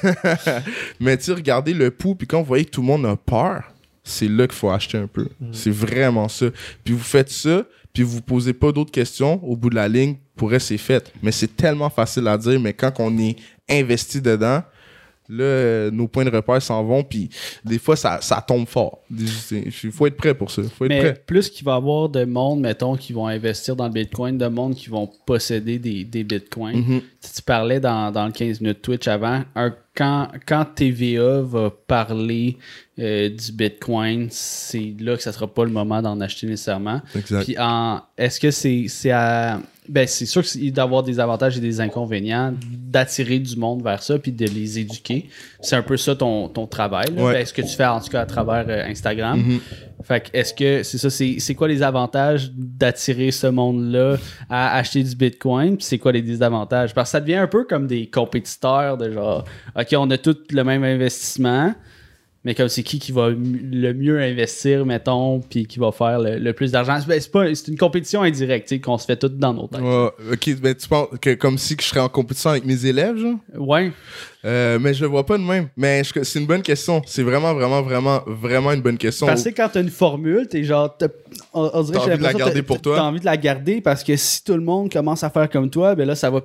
Mais tu sais, regardez le pouls, puis quand vous voyez que tout le monde a peur, c'est là qu'il faut acheter un peu. C'est vraiment ça. Puis vous faites ça, puis vous posez pas d'autres questions, au bout de la ligne, pour elle, c'est fait. Mais c'est tellement facile à dire, mais quand on est investi dedans, là, euh, nos points de repère s'en vont, puis des fois, ça, ça tombe fort. Il faut être prêt pour ça. faut être Mais prêt. plus qu'il va y avoir de monde, mettons, qui vont investir dans le Bitcoin, de monde qui vont posséder des, des Bitcoins. Mhm. Tu tu parlais dans, dans le quinze minutes Twitch avant, un, quand, quand T V A va parler euh, du Bitcoin, c'est là que ça sera pas le moment d'en acheter nécessairement. Exact. Puis en, est-ce que c'est, c'est à... Ben, c'est sûr qu'il doit y avoir des avantages et des inconvénients d'attirer du monde vers ça puis de les éduquer. C'est un peu ça ton, ton travail. Là. Ouais. Ben, ce que tu fais en tout cas à travers euh, Instagram. Mhm. Fait que est-ce que c'est ça, c'est, c'est quoi les avantages d'attirer ce monde-là à acheter du Bitcoin? Puis c'est quoi les désavantages? Parce que ça devient un peu comme des compétiteurs de genre, OK, on a tous le même investissement, mais comme c'est qui qui va m- le mieux investir, mettons, puis qui va faire le, le plus d'argent. Ben, c'est, pas, c'est une compétition indirecte, tu sais, qu'on se fait toutes dans nos têtes. Ouais, ok, ben tu penses que comme si que je serais en compétition avec mes élèves, genre? Ouais. Euh, mais je le vois pas de même. Mais je- c'est une bonne question. C'est vraiment, vraiment, vraiment, vraiment une bonne question. Parce que quand t'as une formule, t'es genre, t'as- on, on dirait T'as que j'ai envie de la l'impression garder que pour toi? T'as envie de la garder parce que si tout le monde commence à faire comme toi, ben là, ça va peut-être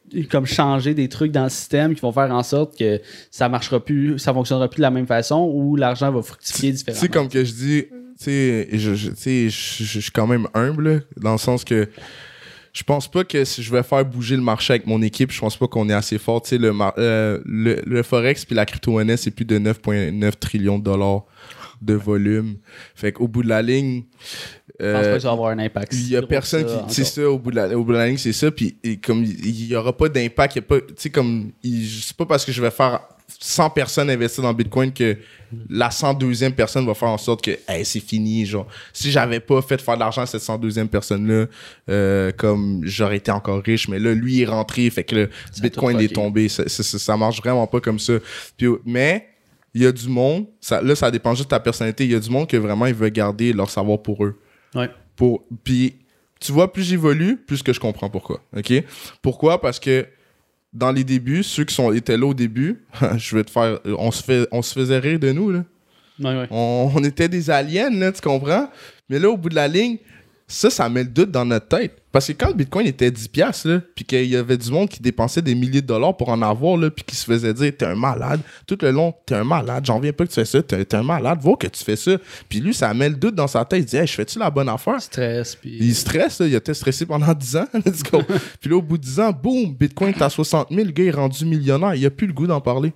comme changer des trucs dans le système qui vont faire en sorte que ça marchera plus, ça fonctionnera plus de la même façon ou l'argent va fructifier différemment. C'est comme que je dis, tu sais, je, je, tu sais, je, je suis quand même humble, là, dans le sens que je pense pas que si je vais faire bouger le marché avec mon équipe, je pense pas qu'on est assez fort. Tu sais, le, mar- euh, le, le Forex puis la crypto-monnaie, c'est plus de neuf virgule neuf trillions de dollars de volume. Fait qu'au bout de la ligne, Je pense pas que ça va avoir un impact. il y a personne qui, c'est ça, au bout de la, au bout de la ligne, c'est ça. Puis et comme il y aura pas d'impact, il y a pas, tu sais, comme, il- c'est pas parce que je vais faire cent personnes investir dans Bitcoin que la cent deuxième personne va faire en sorte que hey, c'est fini, genre si j'avais pas fait faire de l'argent à cette cent deuxième personne là euh, comme j'aurais été encore riche, mais là lui il est rentré, fait que le Ça Bitcoin est tombé, ça, ça, ça, ça marche vraiment pas comme ça. Puis, mais il y a du monde, ça, là ça dépend juste de ta personnalité, il y a du monde que vraiment ils veulent garder leur savoir pour eux. Ouais. Pour, puis tu vois, plus j'évolue, plus que je comprends pourquoi. OK? Pourquoi? Parce que dans les débuts, ceux qui sont, étaient là au début, je vais te faire. On se, fait, on se faisait rire de nous, là. Ouais, ouais. On, on était des aliens, là, tu comprends? Mais là, au bout de la ligne, ça, ça met le doute dans notre tête. Parce que quand le Bitcoin était dix piastres, là, puis qu'il y avait du monde qui dépensait des milliers de dollars pour en avoir, là, puis qui se faisait dire « T'es un malade. » Tout le long, « T'es un malade. J'en viens pas que tu fais ça. T'es, t'es un malade. Vois que tu fais ça. » Puis lui, ça met le doute dans sa tête. Il dit « Hey, je fais-tu la bonne affaire? » Stress. Puis... Il stresse, là, il a été stressé pendant dix ans. Let's go. Puis là, au bout de dix ans, boum, Bitcoin est à soixante mille, le gars est rendu millionnaire. Il a plus le goût d'en parler.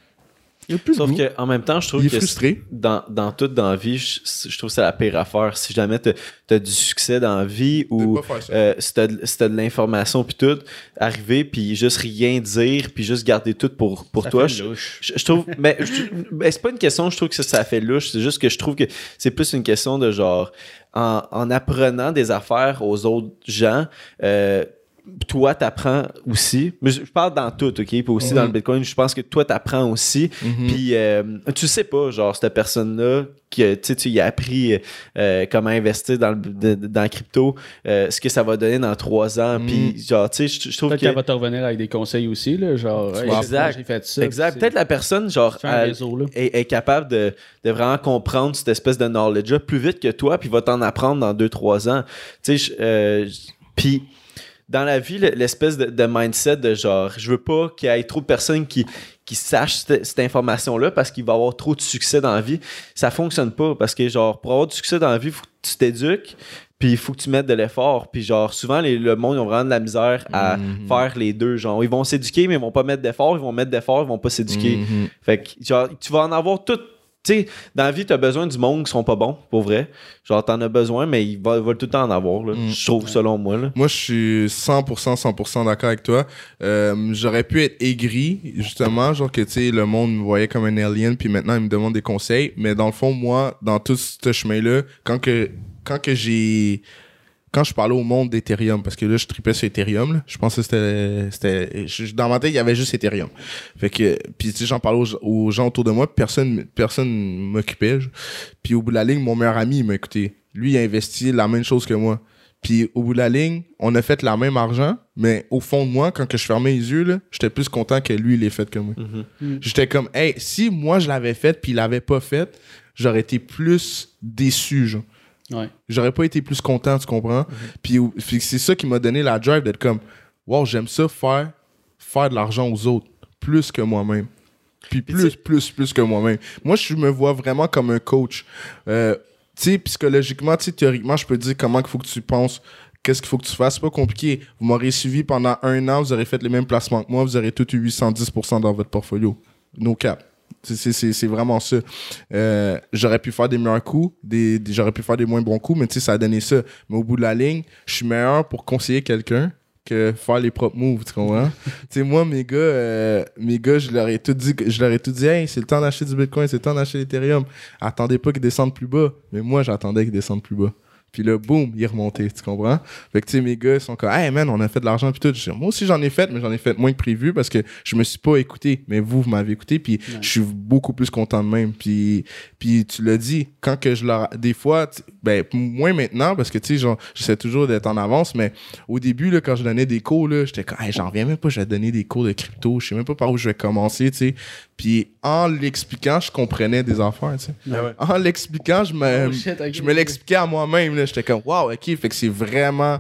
Il a plus Sauf le goût. qu'en même temps, je trouve Il est que frustré. dans, dans tout dans la vie, je, je trouve que c'est la pire affaire. Si jamais t'as, t'as du succès dans la vie ou De pas faire ça. euh, si, t'as, de- si t'as de l'information puis tout, arriver puis juste rien dire puis juste garder tout pour, pour Ça toi. fait Je, louche. je, je trouve, mais, je- mais c'est pas une question, je trouve que ça, ça fait louche. C'est juste que je trouve que c'est plus une question de genre, en, en apprenant des affaires aux autres gens, euh, toi, t'apprends aussi. Mais je je parle dans tout, OK? Puis aussi Mhm. dans le Bitcoin, je pense que toi, t'apprends aussi. Mhm. Puis euh, tu sais pas, genre, cette personne-là, que tu sais, tu y as appris euh, comment investir dans le de- de- dans la crypto, euh, ce que ça va donner dans trois ans. Mhm. Puis genre, tu sais, je je trouve Peut-être que... qu'elle va te revenir avec des conseils aussi, là, genre, hey, Exact. moi, j'ai fait ça. Exact. puis Peut-être la personne, genre, c'est- fais un elle- réseau, là. est, est capable de, de vraiment comprendre cette espèce de knowledge-là plus vite que toi, puis va t'en apprendre dans deux, trois ans. Tu sais, je- euh, je- puis dans la vie, le- l'espèce de, de mindset de genre, je veux pas qu'il y ait trop de personnes qui, qui sachent cette, cette information-là parce qu'il va y avoir trop de succès dans la vie, ça fonctionne pas parce que, genre, pour avoir du succès dans la vie, il faut que tu t'éduques. Puis il faut que tu mettes de l'effort. Puis genre, souvent, les, le monde, ils ont vraiment de la misère à Mhm. faire les deux. Genre, ils vont s'éduquer, mais ils vont pas mettre d'effort. Ils vont mettre d'effort, ils vont pas s'éduquer. Mhm. Fait que, genre, tu vas en avoir tout. Tu sais, dans la vie, tu as besoin du monde qui sont pas bons, pour vrai. Genre, t'en as besoin, mais ils vont, ils vont tout le temps en avoir, là. Mm. Je trouve, selon moi, là. Moi, je suis cent pour cent, cent pour cent d'accord avec toi. Euh, j'aurais pu être aigri, justement, genre que, tu sais, le monde me voyait comme un alien, puis maintenant, il me demande des conseils. Mais dans le fond, moi, dans tout ce chemin-là, quand que, quand que j'ai... Quand je parlais au monde d'Ethereum, parce que là, je tripais sur Ethereum, là, je pensais que c'était... c'était je- dans ma tête, il y avait juste Ethereum. Fait que... Puis, tu sais, j'en parlais aux, aux gens autour de moi, puis personne personne m'occupait. je- Puis, au bout de la ligne, mon meilleur ami, il m'a écouté. Lui, il a investi la même chose que moi. Puis, au bout de la ligne, on a fait la même argent, mais au fond de moi, quand que je fermais les yeux, là, j'étais plus content que lui, il l'ait fait que moi. Mhm. J'étais comme, hey, si moi, je l'avais fait, puis il l'avait pas fait, j'aurais été plus déçu, genre. Ouais. J'aurais pas été plus content, tu comprends? Puis ou- puis c'est ça qui m'a donné la drive d'être comme, wow, j'aime ça faire, faire de l'argent aux autres, plus que moi-même. Puis plus, plus, plus que moi-même. Moi, je me vois vraiment comme un coach. Euh, tu sais, psychologiquement, tu sais, théoriquement, je peux te dire comment il faut que tu penses, qu'est-ce qu'il faut que tu fasses. C'est pas compliqué. Vous m'aurez suivi pendant un an, vous aurez fait les mêmes placements que moi, vous aurez tout eu huit cent dix pour cent dans votre portfolio. No cap. C'est- C'est c'est- c'est vraiment ça. Euh, j'aurais pu faire des meilleurs coups, des, des- j'aurais pu faire des moins bons coups, mais tu sais, ça a donné ça. Mais au bout de la ligne, je suis meilleur pour conseiller quelqu'un que faire les propres moves, tu comprends? Tu sais, moi, mes gars, euh, mes gars, je leur ai tout dit, je leur ai tout dit, hey, c'est le temps d'acheter du Bitcoin, c'est le temps d'acheter l'Ethereum. Attendez pas qu'ils descendent plus bas. Mais moi, j'attendais qu'ils descendent plus bas. Puis là, boum, il est remonté, tu comprends? Fait que, tu sais, mes gars, ils sont comme, hey man, on a fait de l'argent, puis tout. Je dis, moi aussi, j'en ai fait, mais j'en ai fait moins que prévu parce que je me suis pas écouté. Mais vous, vous m'avez écouté, puis Ouais. je suis beaucoup plus content de même. Puis, puis tu l'as dit, quand que je leur. Des fois, tu- ben, moins maintenant, parce que, tu sais, genre, j'essaie toujours d'être en avance, mais au début, là, quand je donnais des cours, là, j'étais comme, hey, j'en reviens même pas, je vais donner des cours de crypto, je sais même pas par où je vais commencer, tu sais. Puis en l'expliquant, je comprenais des affaires, tu sais. Ouais. En l'expliquant, je me, Oh shit, ok. je me l'expliquais à moi-même, là. J'étais comme, wow, ok, fait que c'est vraiment,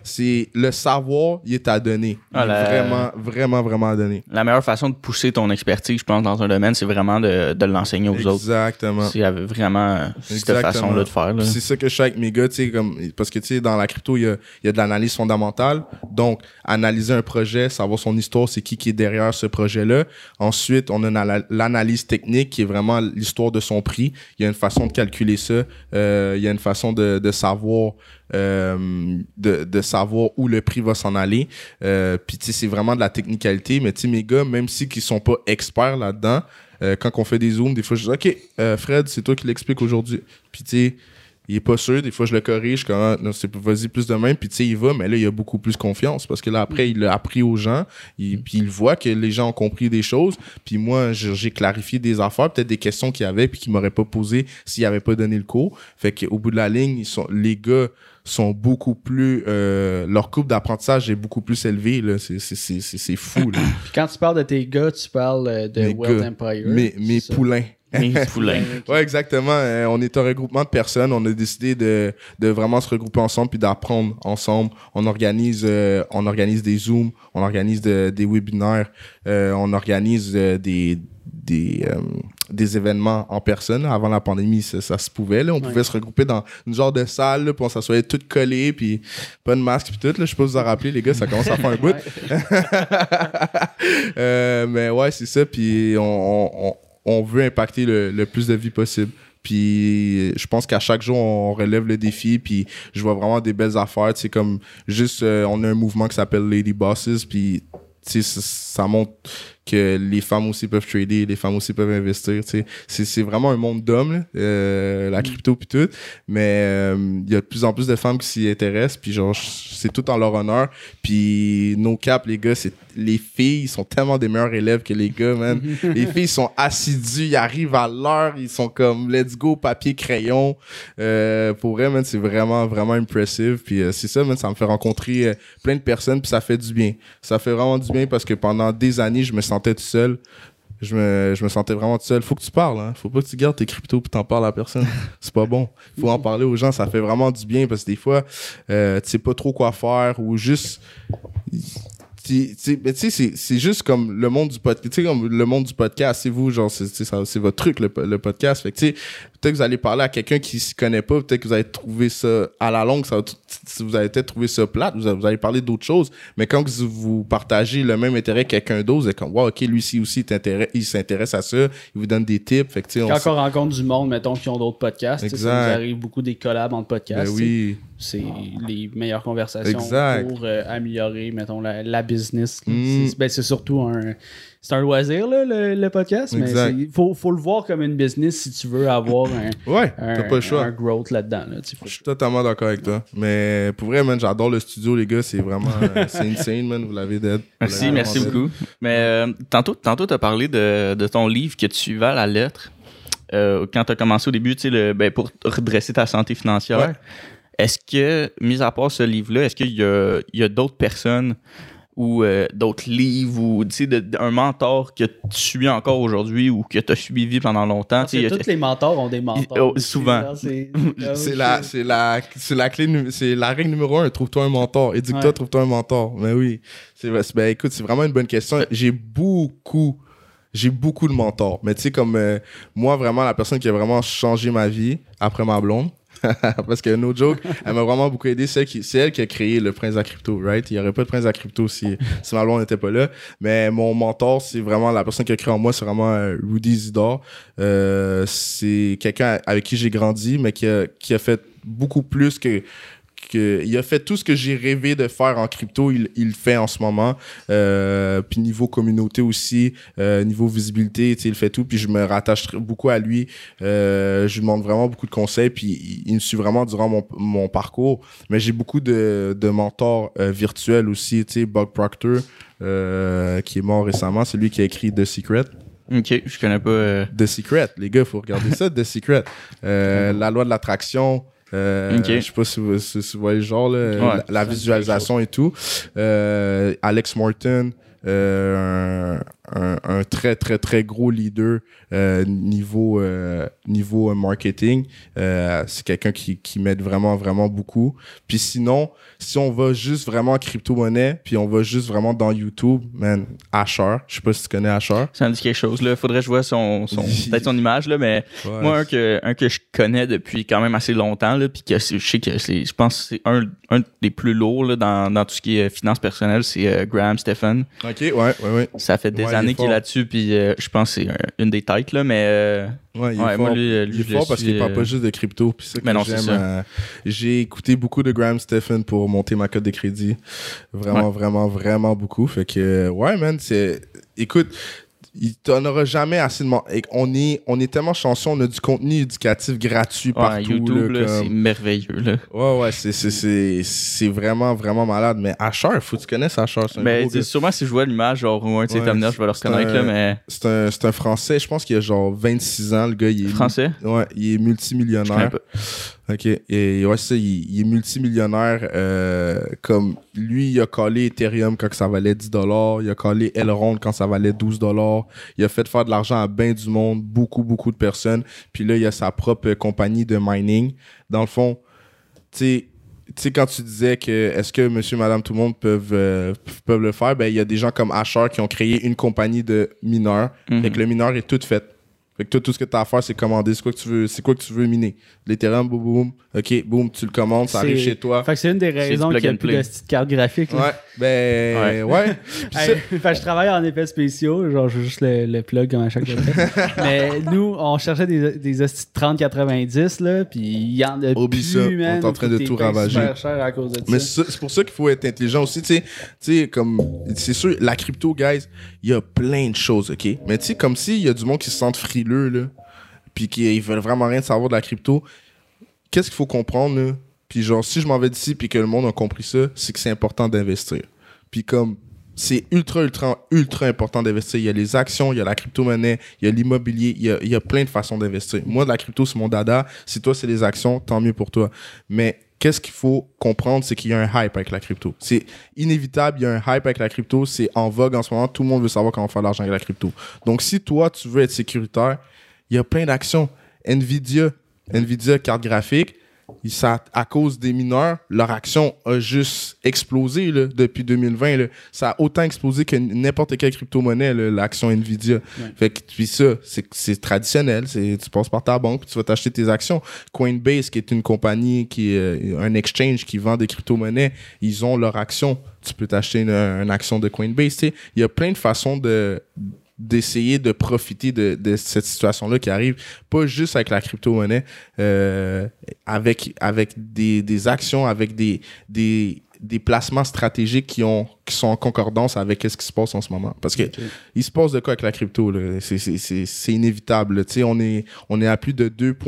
c'est le savoir, il est à donner. Il Ah, est la- vraiment, vraiment, vraiment à donner. La meilleure façon de pousser ton expertise, je pense, dans un domaine, c'est vraiment de, de l'enseigner aux autres. Exactement. C'est avec vraiment euh, cette Exactement. façon-là de faire. Là. Puis c'est ça que je fais avec mes gars, tu sais, comme, parce que, tu sais, dans la crypto, il y a, il y a de l'analyse fondamentale. Donc, analyser un projet, savoir son histoire, c'est qui qui est derrière ce projet-là. Ensuite, on a una- l'analyse technique qui est vraiment l'histoire de son prix. Il y a une façon de calculer ça. Euh, il y a une façon de, de savoir, euh, de, de savoir où le prix va s'en aller. Euh, puis, tu sais, c'est vraiment de la technicalité. Mais, tu sais, mes gars, même si qu'ils sont pas experts là-dedans, euh, quand on fait des zooms, des fois, je dis, OK, euh, Fred, c'est toi qui l'explique aujourd'hui. Puis, tu sais, il est pas sûr, des fois je le corrige, comme ah, non, c'est vas-y plus de même, puis tu sais il va, mais là il a beaucoup plus confiance parce que là après il l'a appris aux gens, il, puis il voit que les gens ont compris des choses, puis moi j'ai j'ai clarifié des affaires, peut-être des questions qu'il y avait puis qu'il m'aurait pas posé s'il avait pas donné le cours. Fait qu'au bout de la ligne, ils sont les gars sont beaucoup plus euh, leur courbe d'apprentissage est beaucoup plus élevée là, c'est c'est c'est c'est, c'est fou là. Puis quand tu parles de tes gars, tu parles euh, de Mes World gars, Empire. mes c'est mes ça? poulains. Mes poulains. Ouais, exactement. Euh, on est un regroupement de personnes. On a décidé de, de vraiment se regrouper ensemble puis d'apprendre ensemble. On organise, euh, on organise des zooms, on organise de- des webinaires, euh, on organise euh, des des euh, des événements en personne. Avant la pandémie, ça, ça se pouvait. Là. On Ouais. pouvait se regrouper dans une genre de salle, là, puis on s'assoyait tout collés, puis pas de masque puis tout. Là. Je sais pas si vous en rappelez, les gars, ça commence à faire un bout. Euh, mais ouais, c'est ça. Puis on, on, on- on veut impacter le, le plus de vie possible. Puis je pense qu'à chaque jour, on relève le défi. Puis je vois vraiment des belles affaires. Tu sais, comme juste, euh, on a un mouvement qui s'appelle Lady Bosses. Puis tu sais, ça, ça montre que les femmes aussi peuvent trader, les femmes aussi peuvent investir. Tu sais, c'est c'est vraiment un monde d'hommes, là, euh, la crypto puis tout. Mais euh, il y a de plus en plus de femmes qui s'y intéressent. Puis genre, c'est tout en leur honneur. Puis nos caps, les gars, c'est les filles sont tellement des meilleurs élèves que les gars, man. Les filles sont assidus, ils arrivent à l'heure, ils sont comme let's go, papier, crayon. Euh, pour vrai, man, c'est vraiment, vraiment impressive. Puis euh, c'est ça, man, ça me fait rencontrer euh, plein de personnes, puis ça fait du bien. Ça fait vraiment du bien parce que pendant des années, je me sentais tout seul. Je me, je me sentais vraiment tout seul. Faut que tu parles, hein. Faut pas que tu gardes tes cryptos puis t'en parles à personne. C'est pas bon. Faut en parler aux gens. Ça fait vraiment du bien parce que des fois, euh, tu sais pas trop quoi faire ou juste... Tu sais, mais tu sais, c'est, c'est juste comme le monde du podcast. Tu sais, comme le monde du podcast, c'est vous, genre, c'est, c'est, ça- c'est votre truc, le, le podcast. Fait que, tu sais, peut-être que vous allez parler à quelqu'un qui s'y connaît pas, peut-être que vous allez trouver ça, à la longue, ça va, t- vous allez peut-être trouver ça plate, vous, allez- vous allez parler d'autres choses, mais quand vous, vous partagez le même intérêt que quelqu'un d'autre, vous êtes comme, wow, ok, lui aussi, aussi, il t'intéresse- il s'intéresse à ça, il vous donne des tips. Fait que, tu sais, on Quand s- on rencontre du monde, mettons, qui ont d'autres podcasts, tu sais, ça Exact. nous arrive beaucoup des collabs entre podcasts. ben tu sais. oui. C'est les meilleures conversations Exact. pour euh, améliorer, mettons, la, la business. là. Mm. C'est, ben, c'est surtout un... C'est un loisir, là, le, le podcast, Exact. mais il faut, faut le voir comme une business si tu veux avoir un, Ouais, un, t'as pas le choix. un growth là-dedans. Là, tu sais, faut- Je suis totalement d'accord avec toi. Mais pour vrai, man, j'adore le studio, les gars. C'est vraiment... euh, c'est insane, man. Vous l'avez dead. Vous Merci, l'avez merci vraiment beaucoup. Mais euh, tantôt, tantôt tu as parlé de, de ton livre que tu suivais à la lettre. Euh, quand tu as commencé au début, tu sais, le, ben, pour redresser ta santé financière. Ouais. Est-ce que, mis à part ce livre-là, est-ce qu'il y a, il y a d'autres personnes ou euh, d'autres livres ou tu sais, de- de- un mentor que tu suis encore aujourd'hui ou que tu as suivi pendant longtemps? Parce Tu sais, que il y a- tous les mentors ont des mentors. Oh, aussi, souvent. genre, c'est C'est la, c'est la, c'est la clé, nu- c'est la règle numéro un. Trouve-toi un mentor. Éduque-toi, Ouais. trouve-toi un mentor. Mais oui. C'est, c'est- ben écoute, c'est vraiment une bonne question. J'ai beaucoup, j'ai beaucoup de mentors. Mais tu sais, comme, euh, moi, vraiment, la personne qui a vraiment changé ma vie après ma blonde. Parce que no joke, elle m'a vraiment beaucoup aidé. C'est elle qui, c'est elle qui a créé le Prince à crypto, right? Il n'y aurait pas de Prince à crypto si, si ma blonde n'était pas là. Mais mon mentor, c'est vraiment la personne qui a créé en moi, c'est vraiment euh, Rudy Zidore. Euh, c'est quelqu'un avec qui j'ai grandi, mais qui a, qui a fait beaucoup plus que, que il a fait tout ce que j'ai rêvé de faire en crypto, il, il le fait en ce moment. Euh, puis niveau communauté aussi, euh, niveau visibilité, tu sais, il fait tout. Puis je me rattache tr- beaucoup à lui. Euh, je lui demande vraiment beaucoup de conseils. Puis il, il me suit vraiment durant mon, mon parcours. Mais j'ai beaucoup de, de mentors euh, virtuels aussi. Tu sais, Bob Proctor, euh, qui est mort récemment, c'est lui qui a écrit The Secret. Ok, je connais pas. euh, The Secret, les gars, faut regarder ça, The Secret. Euh, la loi de l'attraction. Euh, Ok. Je sais pas si vous, si, si vous voyez le genre, là, Ouais. la, la visualisation et tout. Euh, Alex Morton, euh, un, un très, très, très gros leader euh, niveau, euh, niveau marketing. Euh, c'est quelqu'un qui, qui m'aide vraiment, vraiment beaucoup. Puis sinon, si on va juste vraiment en crypto-monnaie, puis on va juste vraiment dans YouTube, man, Asher. Je sais pas si tu connais Asher. Ça me dit quelque chose, là. Faudrait que je vois son, son, peut-être son image, là, mais Ouais. moi, un que, un que je connais depuis quand même assez longtemps, là, puis que c'est- je sais que c'est, je pense que c'est un, un des plus lourds, là, dans, dans tout ce qui est finance personnelle, c'est euh, Graham Stephan. OK, ouais, ouais, ouais. Ça fait des Ouais, il est années qu'il est fort. là-dessus, puis euh, je pense que c'est un- une des têtes, là, mais euh, Ouais, il est Ouais, fort, moi, lui, euh, lui, il est je le fort parce suis, qu'il parle euh, pas juste de crypto. Puis ça que Mais non, c'est j'aime. ça. euh, j'ai écouté beaucoup de Graham Stephan pour monter ma cote de crédit. Vraiment, vraiment, vraiment beaucoup. Fait que, euh, ouais, man, c'est... Écoute, il t'en aura jamais assez de... mon- et On est, on est tellement chanceux, on a du contenu éducatif gratuit ouais, partout. YouTube, là, là, comme- c'est merveilleux, là. Ouais, ouais, c'est, c'est, c'est, c'est vraiment, vraiment malade. Mais Asher, faut que tu connaisses Asher. C'est un Mais gros tu sais, gars. sûrement si je vois l'image, genre, ou un de ces Ouais, thumbnails, je vais le c'est reconnaître, un- là, mais C'est un, c'est un Français, je pense qu'il a genre vingt-six ans, le gars. Il est, français, Ouais, il est je connais multimillionnaire. pas. OK. Et ouais, c'est ça, il, il est multimillionnaire. Euh, comme lui, il a collé Ethereum quand ça valait dix dollars. Il a collé Elrond quand ça valait douze dollars. Il a fait faire de l'argent à bien du monde, beaucoup, beaucoup de personnes. Puis là, il a sa propre compagnie de mining. Dans le fond, tu sais, tu sais, quand tu disais que est-ce que monsieur, madame, tout le monde peuvent, euh, peuvent le faire, ben, il y a des gens comme Asher qui ont créé une compagnie de mineurs. Mhm. Fait que le mineur est tout fait. Fait que toi, tout ce que tu as à faire, c'est commander. C'est quoi que tu veux, c'est quoi que tu veux miner? L'Ethereum, boum, boum. OK, boum, tu le commandes, ça arrive C'est- chez toi. Fait que c'est une des du raisons plug qu'il y a and plus play. de petites cartes graphiques. là. Ouais, ben, ouais. Puis ça- Hey, fait que je travaille en effets spéciaux, genre je veux juste le, le plug comme à chaque fois. Mais nous, on cherchait des, des hosties de trente quatre-vingt-dix, là, puis il y en a Oublie plus, ça, on man. est en train de T'es tout payé ravager. super cher à cause de Mais ça. c'est c'est pour ça qu'il faut être intelligent aussi. Tu sais, tu sais, comme, c'est sûr, la crypto, guys, il y a plein de choses, OK? Mais tu sais, comme s'il y a du monde qui se sent frileux, là, puis qui veulent vraiment rien savoir de la crypto, qu'est-ce qu'il faut comprendre, là? Puis genre, si je m'en vais d'ici puis que le monde a compris ça, c'est que c'est important d'investir. Puis comme, c'est ultra, ultra, ultra important d'investir. Il y a les actions, il y a la crypto-monnaie, il y a l'immobilier, il y a, il y a plein de façons d'investir. Moi, de la crypto, c'est mon dada. Si toi, c'est les actions, tant mieux pour toi. Mais qu'est-ce qu'il faut comprendre, c'est qu'il y a un hype avec la crypto. C'est inévitable, il y a un hype avec la crypto. C'est en vogue en ce moment. Tout le monde veut savoir comment faire de l'argent avec la crypto. Donc, si toi, tu veux être sécuritaire, il y a plein d'actions. Nvidia, Nvidia, carte graphique, ils- ça, à cause des mineurs, leur action a juste explosé là, depuis deux mille vingt. Là. Ça a autant explosé que n'importe quelle crypto-monnaie, là, l'action Nvidia. Fait que puis ça, c'est, c'est traditionnel. C'est, tu passes par ta banque puis tu vas t'acheter tes actions. Coinbase, qui est une compagnie, qui est euh, un exchange qui vend des crypto-monnaies, ils ont leur action. Tu peux t'acheter une, une action de Coinbase. Tu sais. Il y a plein de façons de d'essayer de profiter de, de cette situation-là qui arrive, pas juste avec la crypto-monnaie, euh, avec, avec des, des actions, avec des, des, des placements stratégiques qui, ont, qui sont en concordance avec ce qui se passe en ce moment. Parce que Ok. il se passe de quoi avec la crypto, là? C'est, c'est, c'est, c'est inévitable. Tu sais, on est, on est à plus de deux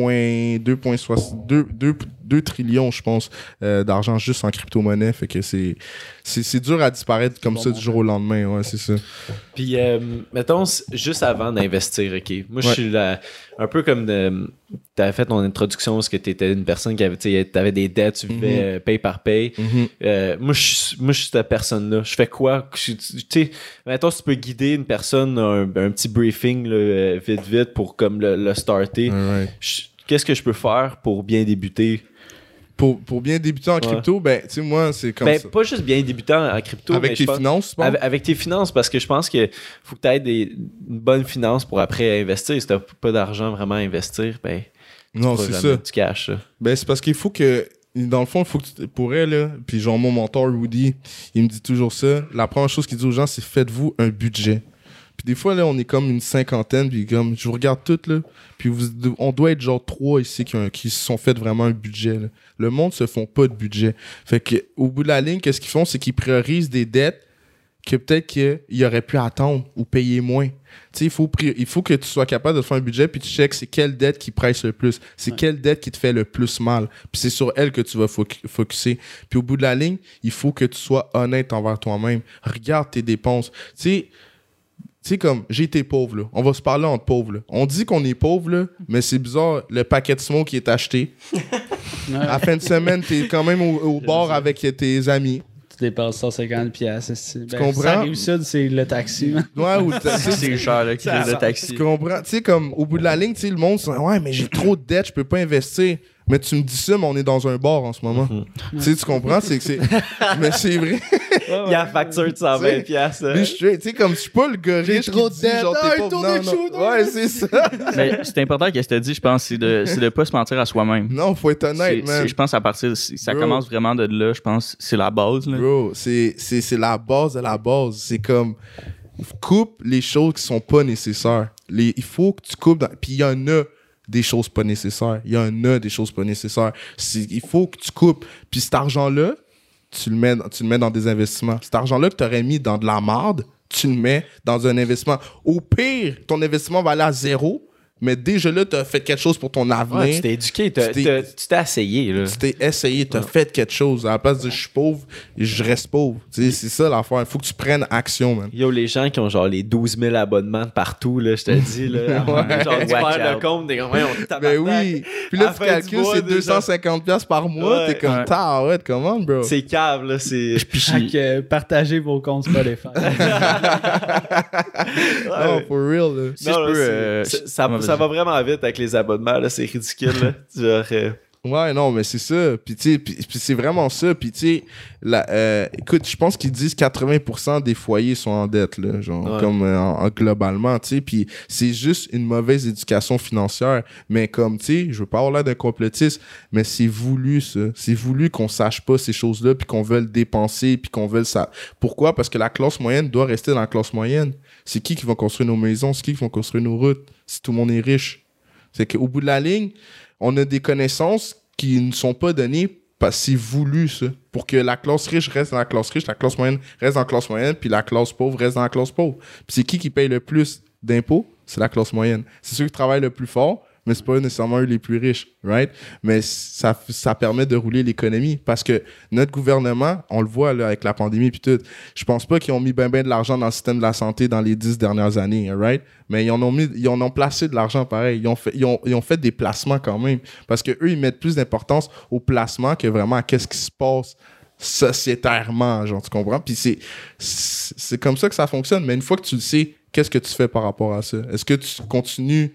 trillions, je pense, euh, d'argent juste en crypto-monnaie. Fait que c'est, c'est, c'est dur à disparaître comme Bon ça bon du jour au lendemain. Ouais, c'est ça. Puis, euh, mettons, c- juste avant d'investir, OK? Moi, je Ouais. suis là, un peu comme tu avais fait ton introduction parce que tu étais une personne qui avait, tu avais des dettes, tu vivais Mhm. euh, paye par paye. Euh, moi, je suis moi, je suis cette personne-là. Je fais quoi? Je- Tu sais, mettons, si tu peux guider une personne, un, un petit briefing, là, euh, vite, vite, pour comme le, le starter. Alright. Je- Qu'est-ce que je peux faire pour bien débuter? Pour, pour bien débuter en crypto, ben, tu sais, moi, c'est comme Ben, ça. pas juste bien débutant en crypto, mais Avec je tes pense- finances, tu penses? Avec, avec tes finances, parce que je pense que faut que tu aies des, une bonne finance pour après investir. Si tu n'as pas d'argent vraiment à investir, ben, Non, tu c'est vas ça. jamais du cash. Ça. Ben, c'est parce qu'il faut que, dans le fond, il faut que tu, pour elle, là, puis genre mon mentor Rudy, il me dit toujours ça. La première chose qu'il dit aux gens, c'est faites-vous un budget. Puis des fois, là, on est comme une cinquantaine, puis comme, je vous regarde toutes, là, puis vous, on doit être genre trois ici qui, ont- qui se sont fait vraiment un budget, là. Le monde se font pas de budget. Fait que, au bout de la ligne, qu'est-ce qu'ils font? C'est qu'ils priorisent des dettes que peut-être qu'ils auraient pu attendre ou payer moins. Tu sais, il faut, pri- il faut que tu sois capable de faire un budget puis tu checkes c'est quelle dette qui presse le plus. C'est quelle dette qui te fait le plus mal. Puis c'est sur elle que tu vas foc- focuser. Puis au bout de la ligne, il faut que tu sois honnête envers toi-même. Regarde tes dépenses. Tu sais, tu sais, comme, j'ai été pauvre, là. On va se parler entre pauvres, là. On dit qu'on est pauvre, là, mais c'est bizarre, le paquet de smoke qui est acheté. À la fin de semaine, t'es quand même au, au bar avec tes amis. dépenses cent cinquante piastres. Tu ben, comprends? Ça arrive ça, c'est le taxi. Man. Ouais, ou t'as- tu sais, C'est cher, là, qui le taxi. tu comprends? Tu sais, comme au bout de la ligne, tu sais, le monde, c'est ouais, mais j'ai trop de dettes, je peux pas investir. Mais tu me dis ça, mais on est dans un bar en ce moment. Tu sais, tu comprends? C'est que c'est. Mais c'est vrai. Il y a la facture de cent vingt piastres. Puis je- Tu sais, comme je suis pas le gars riche qui trop de dit, dettes. genre, Ah, t'es il pas... tourne Non, avec non. chaud, Ouais, c'est ça. Mais c'est important qu'elle te dit, je pense, c'est de, c'est de pas se mentir à soi-même. Non, faut être honnête, C'est- man. c'est- Je pense à partir, ça Bro. commence vraiment de là, je pense, c'est la base. Là. Bro, c'est c'est- c'est la base de la base. C'est comme... Coupe les choses qui sont pas nécessaires. Les, il faut que tu coupes... dans- Puis il y en a des choses pas nécessaires. Il y en a des choses pas nécessaires. C'est- Il faut que tu coupes. Puis cet argent-là, tu le mets, tu le mets dans des investissements. Cet argent-là que tu aurais mis dans de la marde, tu le mets dans un investissement. Au pire, ton investissement va aller à zéro, mais déjà là, tu as fait quelque chose pour ton avenir. Ouais, tu t'es éduqué, t'as- Tu t'es- t'as- tu t'es essayé. Là. Tu t'es essayé, tu as fait quelque chose. À la place de dire je suis pauvre, je reste pauvre. Tu sais, c'est ça l'affaire. Il faut que tu prennes action, man. Yo, les gens qui ont genre les douze mille abonnements de partout, là, je te dis, là. Ouais. Genre, tu Watch perds le out. compte, t'es comme, ouais, on Ben tabarnak. oui. Puis À là, la tu fin calcules, du mois, c'est déjà. deux cent cinquante dollars par mois. Ouais. T'es comme, Ouais. ta ouais, comment, bro? C'est cave, là, c'est... Fait que euh, partagez vos comptes Spotify. Non, for real, là. Si je peux, c'est- euh, c'est- si- ça, ouais, ça vas-y. va vraiment vite avec les abonnements, là, c'est ridicule, là. Genre, euh, Ouais, non, mais c'est ça. Puis, tu sais, puis, puis c'est vraiment ça. Puis, tu sais, la- euh, écoute, je pense qu'ils disent quatre-vingts pour cent des foyers sont en dette, là, genre, Ouais. comme euh, en- en globalement, tu sais. Puis, c'est juste une mauvaise éducation financière. Mais comme, tu sais, je veux pas avoir l'air d'un complotiste, mais c'est voulu, ça. C'est voulu qu'on sache pas ces choses-là, puis qu'on veuille dépenser, puis qu'on veuille ça. Pourquoi? Parce que la classe moyenne doit rester dans la classe moyenne. C'est qui qui va construire nos maisons? C'est qui qui va construire nos routes? Si tout le monde est riche. C'est qu'au bout de la ligne, on a des connaissances qui ne sont pas données parce que c'est voulu, ça. Pour que la classe riche reste dans la classe riche, la classe moyenne reste dans la classe moyenne, puis la classe pauvre reste dans la classe pauvre. Puis c'est qui qui paye le plus d'impôts? C'est la classe moyenne. C'est ceux qui travaillent le plus fort, mais c'est pas nécessairement eux les plus riches, right? Mais ça, ça permet de rouler l'économie parce que notre gouvernement, on le voit là, avec la pandémie puis tout, je pense pas qu'ils ont mis ben ben de l'argent dans le système de la santé dans les dix dernières années, right? Mais ils en ont mis, ils en ont placé de l'argent pareil. Ils ont fait, ils ont, ils ont fait des placements quand même parce que eux ils mettent plus d'importance au placement que vraiment à qu'est-ce qui se passe sociétairement, genre, tu comprends? Puis c'est, c'est c'est comme ça que ça fonctionne. Mais une fois que tu le sais, qu'est-ce que tu fais par rapport à ça? Est-ce que tu continues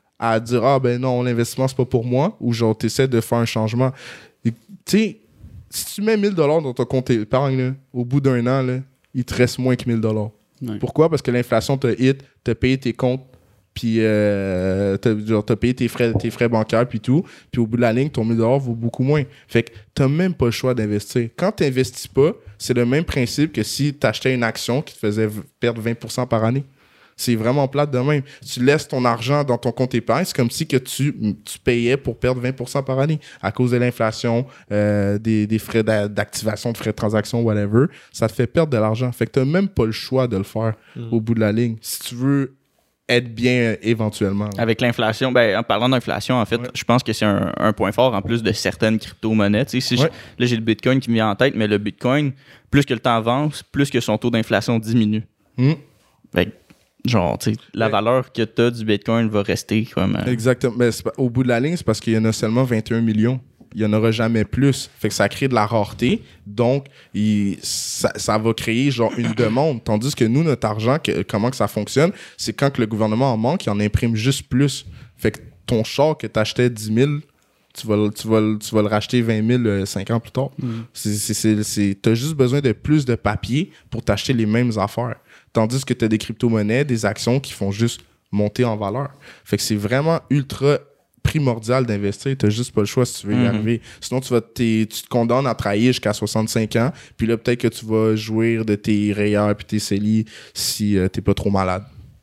à dire ah ben non, l'investissement c'est pas pour moi, ou genre t'essaies de faire un changement? Tu sais, si tu mets mille dollars dans ton compte épargne, là, au bout d'un an, là, il te reste moins que mille dollars. Ouais. Pourquoi? Parce que l'inflation t'a hit, t'as payé tes comptes, puis euh, t'as, genre, t'as payé tes frais, tes frais bancaires, puis tout, puis au bout de la ligne, ton mille dollars vaut beaucoup moins. Fait que t'as même pas le choix d'investir. Quand t'investis pas, c'est le même principe que si t'achetais une action qui te faisait v- perdre vingt pour cent par année. C'est vraiment plate de même. Tu laisses ton argent dans ton compte épargne, c'est comme si que tu, tu payais pour perdre vingt pour cent par année à cause de l'inflation, euh, des, des frais d'a- d'activation, de frais de transaction, whatever. Ça te fait perdre de l'argent. Fait que t'as même pas le choix de le faire au bout de la ligne. Si tu veux être bien euh, éventuellement. Avec l'inflation, ben, en parlant d'inflation, en fait, Ouais. je pense que c'est un, un point fort en plus de certaines crypto-monnaies. Tu sais, si je- Ouais. là, j'ai le Bitcoin qui me vient en tête, mais le Bitcoin, plus que le temps avance, plus que son taux d'inflation diminue. Hmm. Fait que, genre, tu sais, la Ouais. valeur que tu as du Bitcoin va rester comme. euh, Exactement. Mais c'est pas- au bout de la ligne, c'est parce qu'il y en a seulement vingt et un millions. Il n'y en aura jamais plus. Fait que ça crée de la rareté. Donc, il- ça, ça va créer genre une demande. Tandis que nous, notre argent, que- comment que ça fonctionne, c'est quand que le gouvernement en manque, il en imprime juste plus. Fait que ton char que tu achetais dix mille, tu vas, le- tu, vas, le- tu vas le racheter vingt mille euh, cinq ans plus tard. C'est, c'est, c'est, c'est- t'as juste besoin de plus de papier pour t'acheter les mêmes affaires. Tandis que tu as des crypto-monnaies, des actions qui font juste monter en valeur. Fait que c'est vraiment ultra primordial d'investir. T'as juste pas le choix si tu veux y Mhm. arriver. Sinon, tu, vas t'es- tu te condamnes à travailler jusqu'à soixante-cinq ans. Puis là, peut-être que tu vas jouir de tes rayures puis tes cellies si euh, t'es pas trop malade.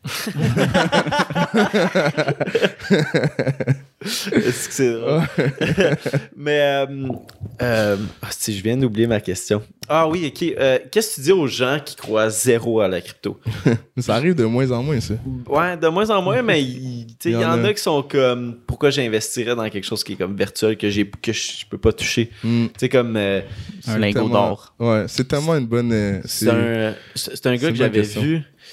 Est-ce que c'est drôle? Mais, euh, euh, ah, si je viens d'oublier ma question. Ah oui, ok. Euh, qu'est-ce que tu dis aux gens qui croient zéro à la crypto? Ça arrive de moins en moins, ça. Ouais, de moins en moins, mais il tu sais, il y, en a qui sont comme pourquoi j'investirais dans quelque chose qui est comme virtuel que j'ai que je peux pas toucher. Mm. Tu sais, comme euh, un C'est lingot tellement- d'or. Ouais, c'est tellement une bonne. euh, c'est un, c'est c'est un gars c'est que une bonne j'avais question. vu.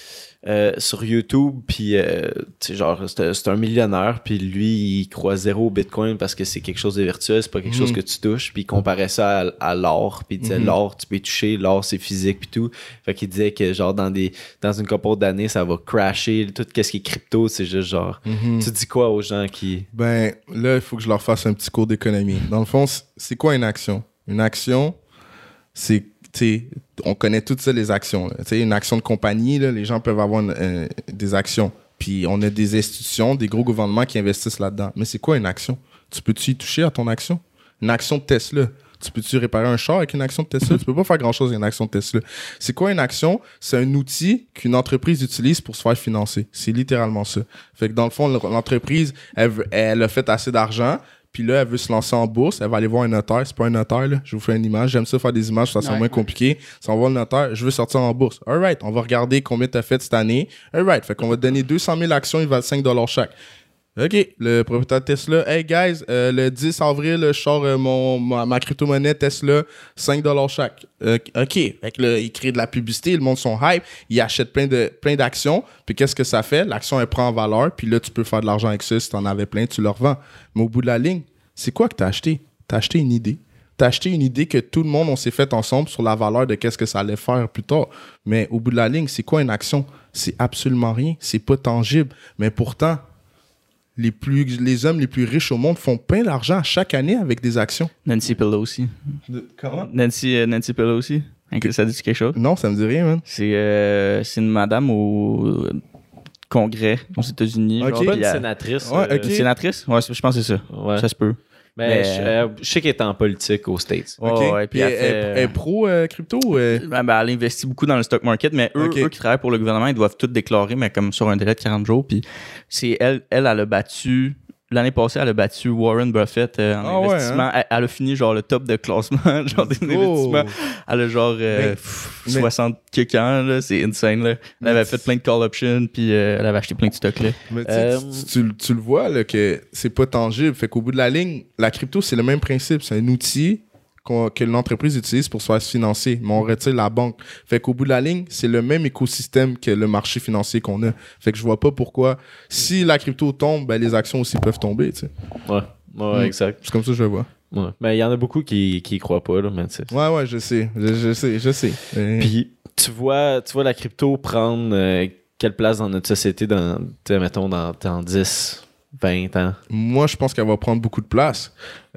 euh, sur YouTube, puis euh, tu sais, genre, c'est c'est un millionnaire, puis lui, il croit zéro au Bitcoin parce que c'est quelque chose de virtuel, c'est pas quelque Mhm. chose que tu touches, puis il comparait ça à, à l'or, puis il disait Mhm. l'or, tu peux y toucher, l'or, c'est physique, puis tout. Fait qu'il disait que, genre, dans des dans une couple d'années, ça va crasher, tout ce qui est crypto, c'est juste genre, Mhm. tu dis quoi aux gens qui... Ben, là, il faut que je leur fasse un petit cours d'économie. Dans le fond, c- c'est quoi une action? Une action, c'est, tu sais, on connaît toutes ça, les actions. Tu sais, une action de compagnie, là, les gens peuvent avoir une- euh, des actions. Puis on a des institutions, des gros gouvernements qui investissent là-dedans. Mais c'est quoi une action? Tu peux-tu y toucher à ton action? Une action de Tesla. Tu peux-tu réparer un char avec une action de Tesla? Tu peux pas faire grand-chose avec une action de Tesla. C'est quoi une action? C'est un outil qu'une entreprise utilise pour se faire financer. C'est littéralement ça. Fait que dans le fond, l'entreprise, elle, veut- elle a fait assez d'argent, puis là, elle veut se lancer en bourse, elle va aller voir un notaire. C'est pas un notaire, là. Je vous fais une image. J'aime ça faire des images, ça soit Ouais, moins ouais. compliqué. Si on va le notaire, je veux sortir en bourse. All right, on va regarder combien tu as fait cette année. All right, fait qu'on va te donner deux cent mille actions, ils valent cinq dollars chaque. OK, le propriétaire de Tesla. Hey guys, euh, le dix avril, je sors euh, mon, ma, ma crypto-monnaie Tesla, cinq dollars chaque. Euh, OK, fait que là, il crée de la publicité, le monde son hype, il achète plein de plein d'actions, puis qu'est-ce que ça fait? L'action, elle prend en valeur, puis là, tu peux faire de l'argent avec ça. Si tu en avais plein, tu le revends. Mais au bout de la ligne, c'est quoi que tu as acheté? Tu as acheté une idée. Tu as acheté une idée que tout le monde, on s'est fait ensemble sur la valeur de qu'est-ce que ça allait faire plus tard. Mais au bout de la ligne, c'est quoi une action? C'est absolument rien. C'est pas tangible. Mais pourtant, les, plus, les hommes les plus riches au monde font plein d'argent chaque année avec des actions. Nancy Pelosi. Comment? Nancy, euh, Nancy Pelosi. Ça dit quelque chose? Non, ça me dit rien, man. C'est euh, c'est une madame au Congrès aux États-Unis. Ok. genre, C'est pas puis une elle- sénatrice. Ouais, euh, ok. Sénatrice? Ouais, je pense que c'est ça. Ouais. Ça se peut. Mais, Mais- je, euh, je sais qu'elle est en politique aux States. Ouais, OK. ouais, Puis puis elle elle, fait- elle- elle est pro euh, crypto? ou elle- Ben, ben, elle investit beaucoup dans le stock market, mais eux, Ok. eux qui travaillent pour le gouvernement, ils doivent tout déclarer, mais comme sur un délai de quarante jours. Puis c'est elle, elle, elle a battu. L'année passée, elle a battu Warren Buffett euh, en Ah ouais, investissement. elle, elle a fini genre le top de classement, genre des Oh. investissements. Elle a genre euh, Mais- pff, mais- soixante quelques ans, là, c'est insane. Là. Elle Mais avait tu- fait plein de call options, puis euh, elle avait acheté plein de stocks. Là. Mais tu, sais, Euh, tu, tu- tu le vois là, que c'est pas tangible. Fait qu'au bout de la ligne, la crypto, c'est le même principe. C'est un outil qu'on- que l'entreprise utilise pour se faire se financer. Mais on retire la banque. Fait qu'au bout de la ligne, c'est le même écosystème que le marché financier qu'on a. Fait que je vois pas pourquoi, si la crypto tombe, ben, les actions aussi peuvent tomber. Tu sais. Ouais, ouais, Mm. exact. C'est comme ça que je le vois. Ouais. Mais il y en a beaucoup qui qui y croient pas, là, mais tu sais. Ouais, ouais, je sais. Je, je sais, je sais. Mais- Puis tu vois, tu vois la crypto prendre euh, quelle place dans notre société dans, tu sais, mettons, dans, dans dix, vingt ans. Moi, je pense qu'elle va prendre beaucoup de place.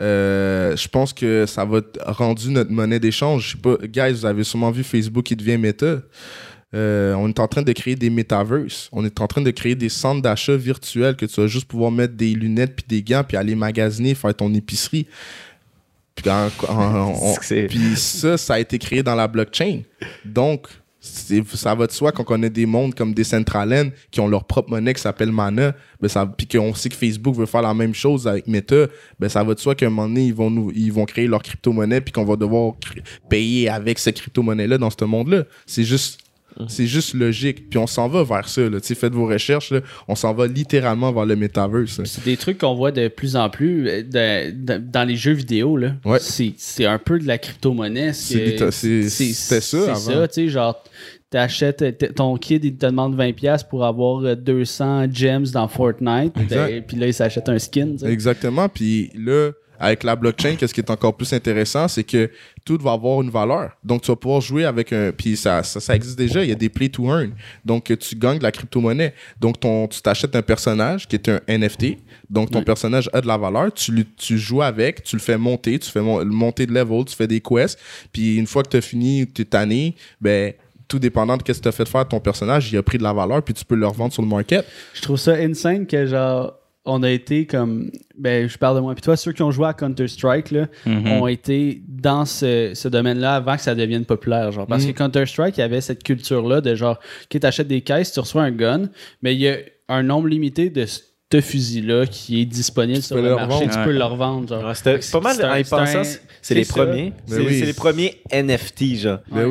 Euh, je pense que ça va être rendu notre monnaie d'échange. Je sais pas, guys, vous avez sûrement vu Facebook qui devient Meta. Euh, on est en train de créer des metaverses. On est en train de créer des centres d'achat virtuels que tu vas juste pouvoir mettre des lunettes puis des gants puis aller magasiner, faire ton épicerie. Puis, en- en- on- C'est- puis ça, ça a été créé dans la blockchain. Donc, c'est- ça va de soi quand on a des mondes comme Decentraland qui ont leur propre monnaie qui s'appelle Mana, ben ça, puis qu'on sait que Facebook veut faire la même chose avec Meta, ben ça va de soi qu'à un moment donné, ils vont, nous, ils vont créer leur crypto-monnaie puis qu'on va devoir cré- payer avec cette crypto-monnaie-là dans ce monde-là. C'est juste... C'est juste logique. Puis on s'en va vers ça. Là. Faites vos recherches. Là. On s'en va littéralement vers le metaverse. là. C'est des trucs qu'on voit de plus en plus euh, de- de- dans les jeux vidéo. Là. Ouais. C'est, c'est un peu de la crypto-monnaie. C'est lita- c'est- c'était ça C'est avant. ça, tu sais, genre, t'achètes t- ton kid, il te demande vingt dollars pour avoir euh, deux cents gems dans Fortnite. Exact. Et puis là, il s'achète un skin. tu sais. Exactement. Puis là, avec la blockchain, qu'est-ce qui est encore plus intéressant, c'est que tout va avoir une valeur. Donc, tu vas pouvoir jouer avec un... Puis ça, ça, ça existe déjà, il y a des play to earn. Donc, tu gagnes de la crypto-monnaie. Donc, ton, tu t'achètes un personnage qui est un N F T. Donc, ton Oui. personnage a de la valeur. Tu, lui- tu joues avec, tu le fais monter, tu fais mon- monter de level, tu fais des quests. Puis, une fois que tu as fini, tu es tanné, ben... tout dépendant de ce que tu as fait faire à ton personnage, il a pris de la valeur, puis tu peux le revendre sur le market. Je trouve ça insane que, genre, on a été comme. Ben, je parle de moi. Puis toi, ceux qui ont joué à Counter-Strike, là, Mhm. ont été dans ce, ce domaine-là avant que ça devienne populaire. Genre, parce Mhm. que Counter-Strike, il y avait cette culture-là de genre, OK, t'achètes des caisses, tu reçois un gun, mais il y a un nombre limité de ce fusil-là qui est disponible sur peux le le marché. revendre. Tu Ouais. peux le revendre. Genre. Ouais, c'était Fait que pas mal, c'est un- en y c'est un- pensant, c'est les ça. premiers. Ben C'est oui. c'est les premiers N F T, genre. Ben oui.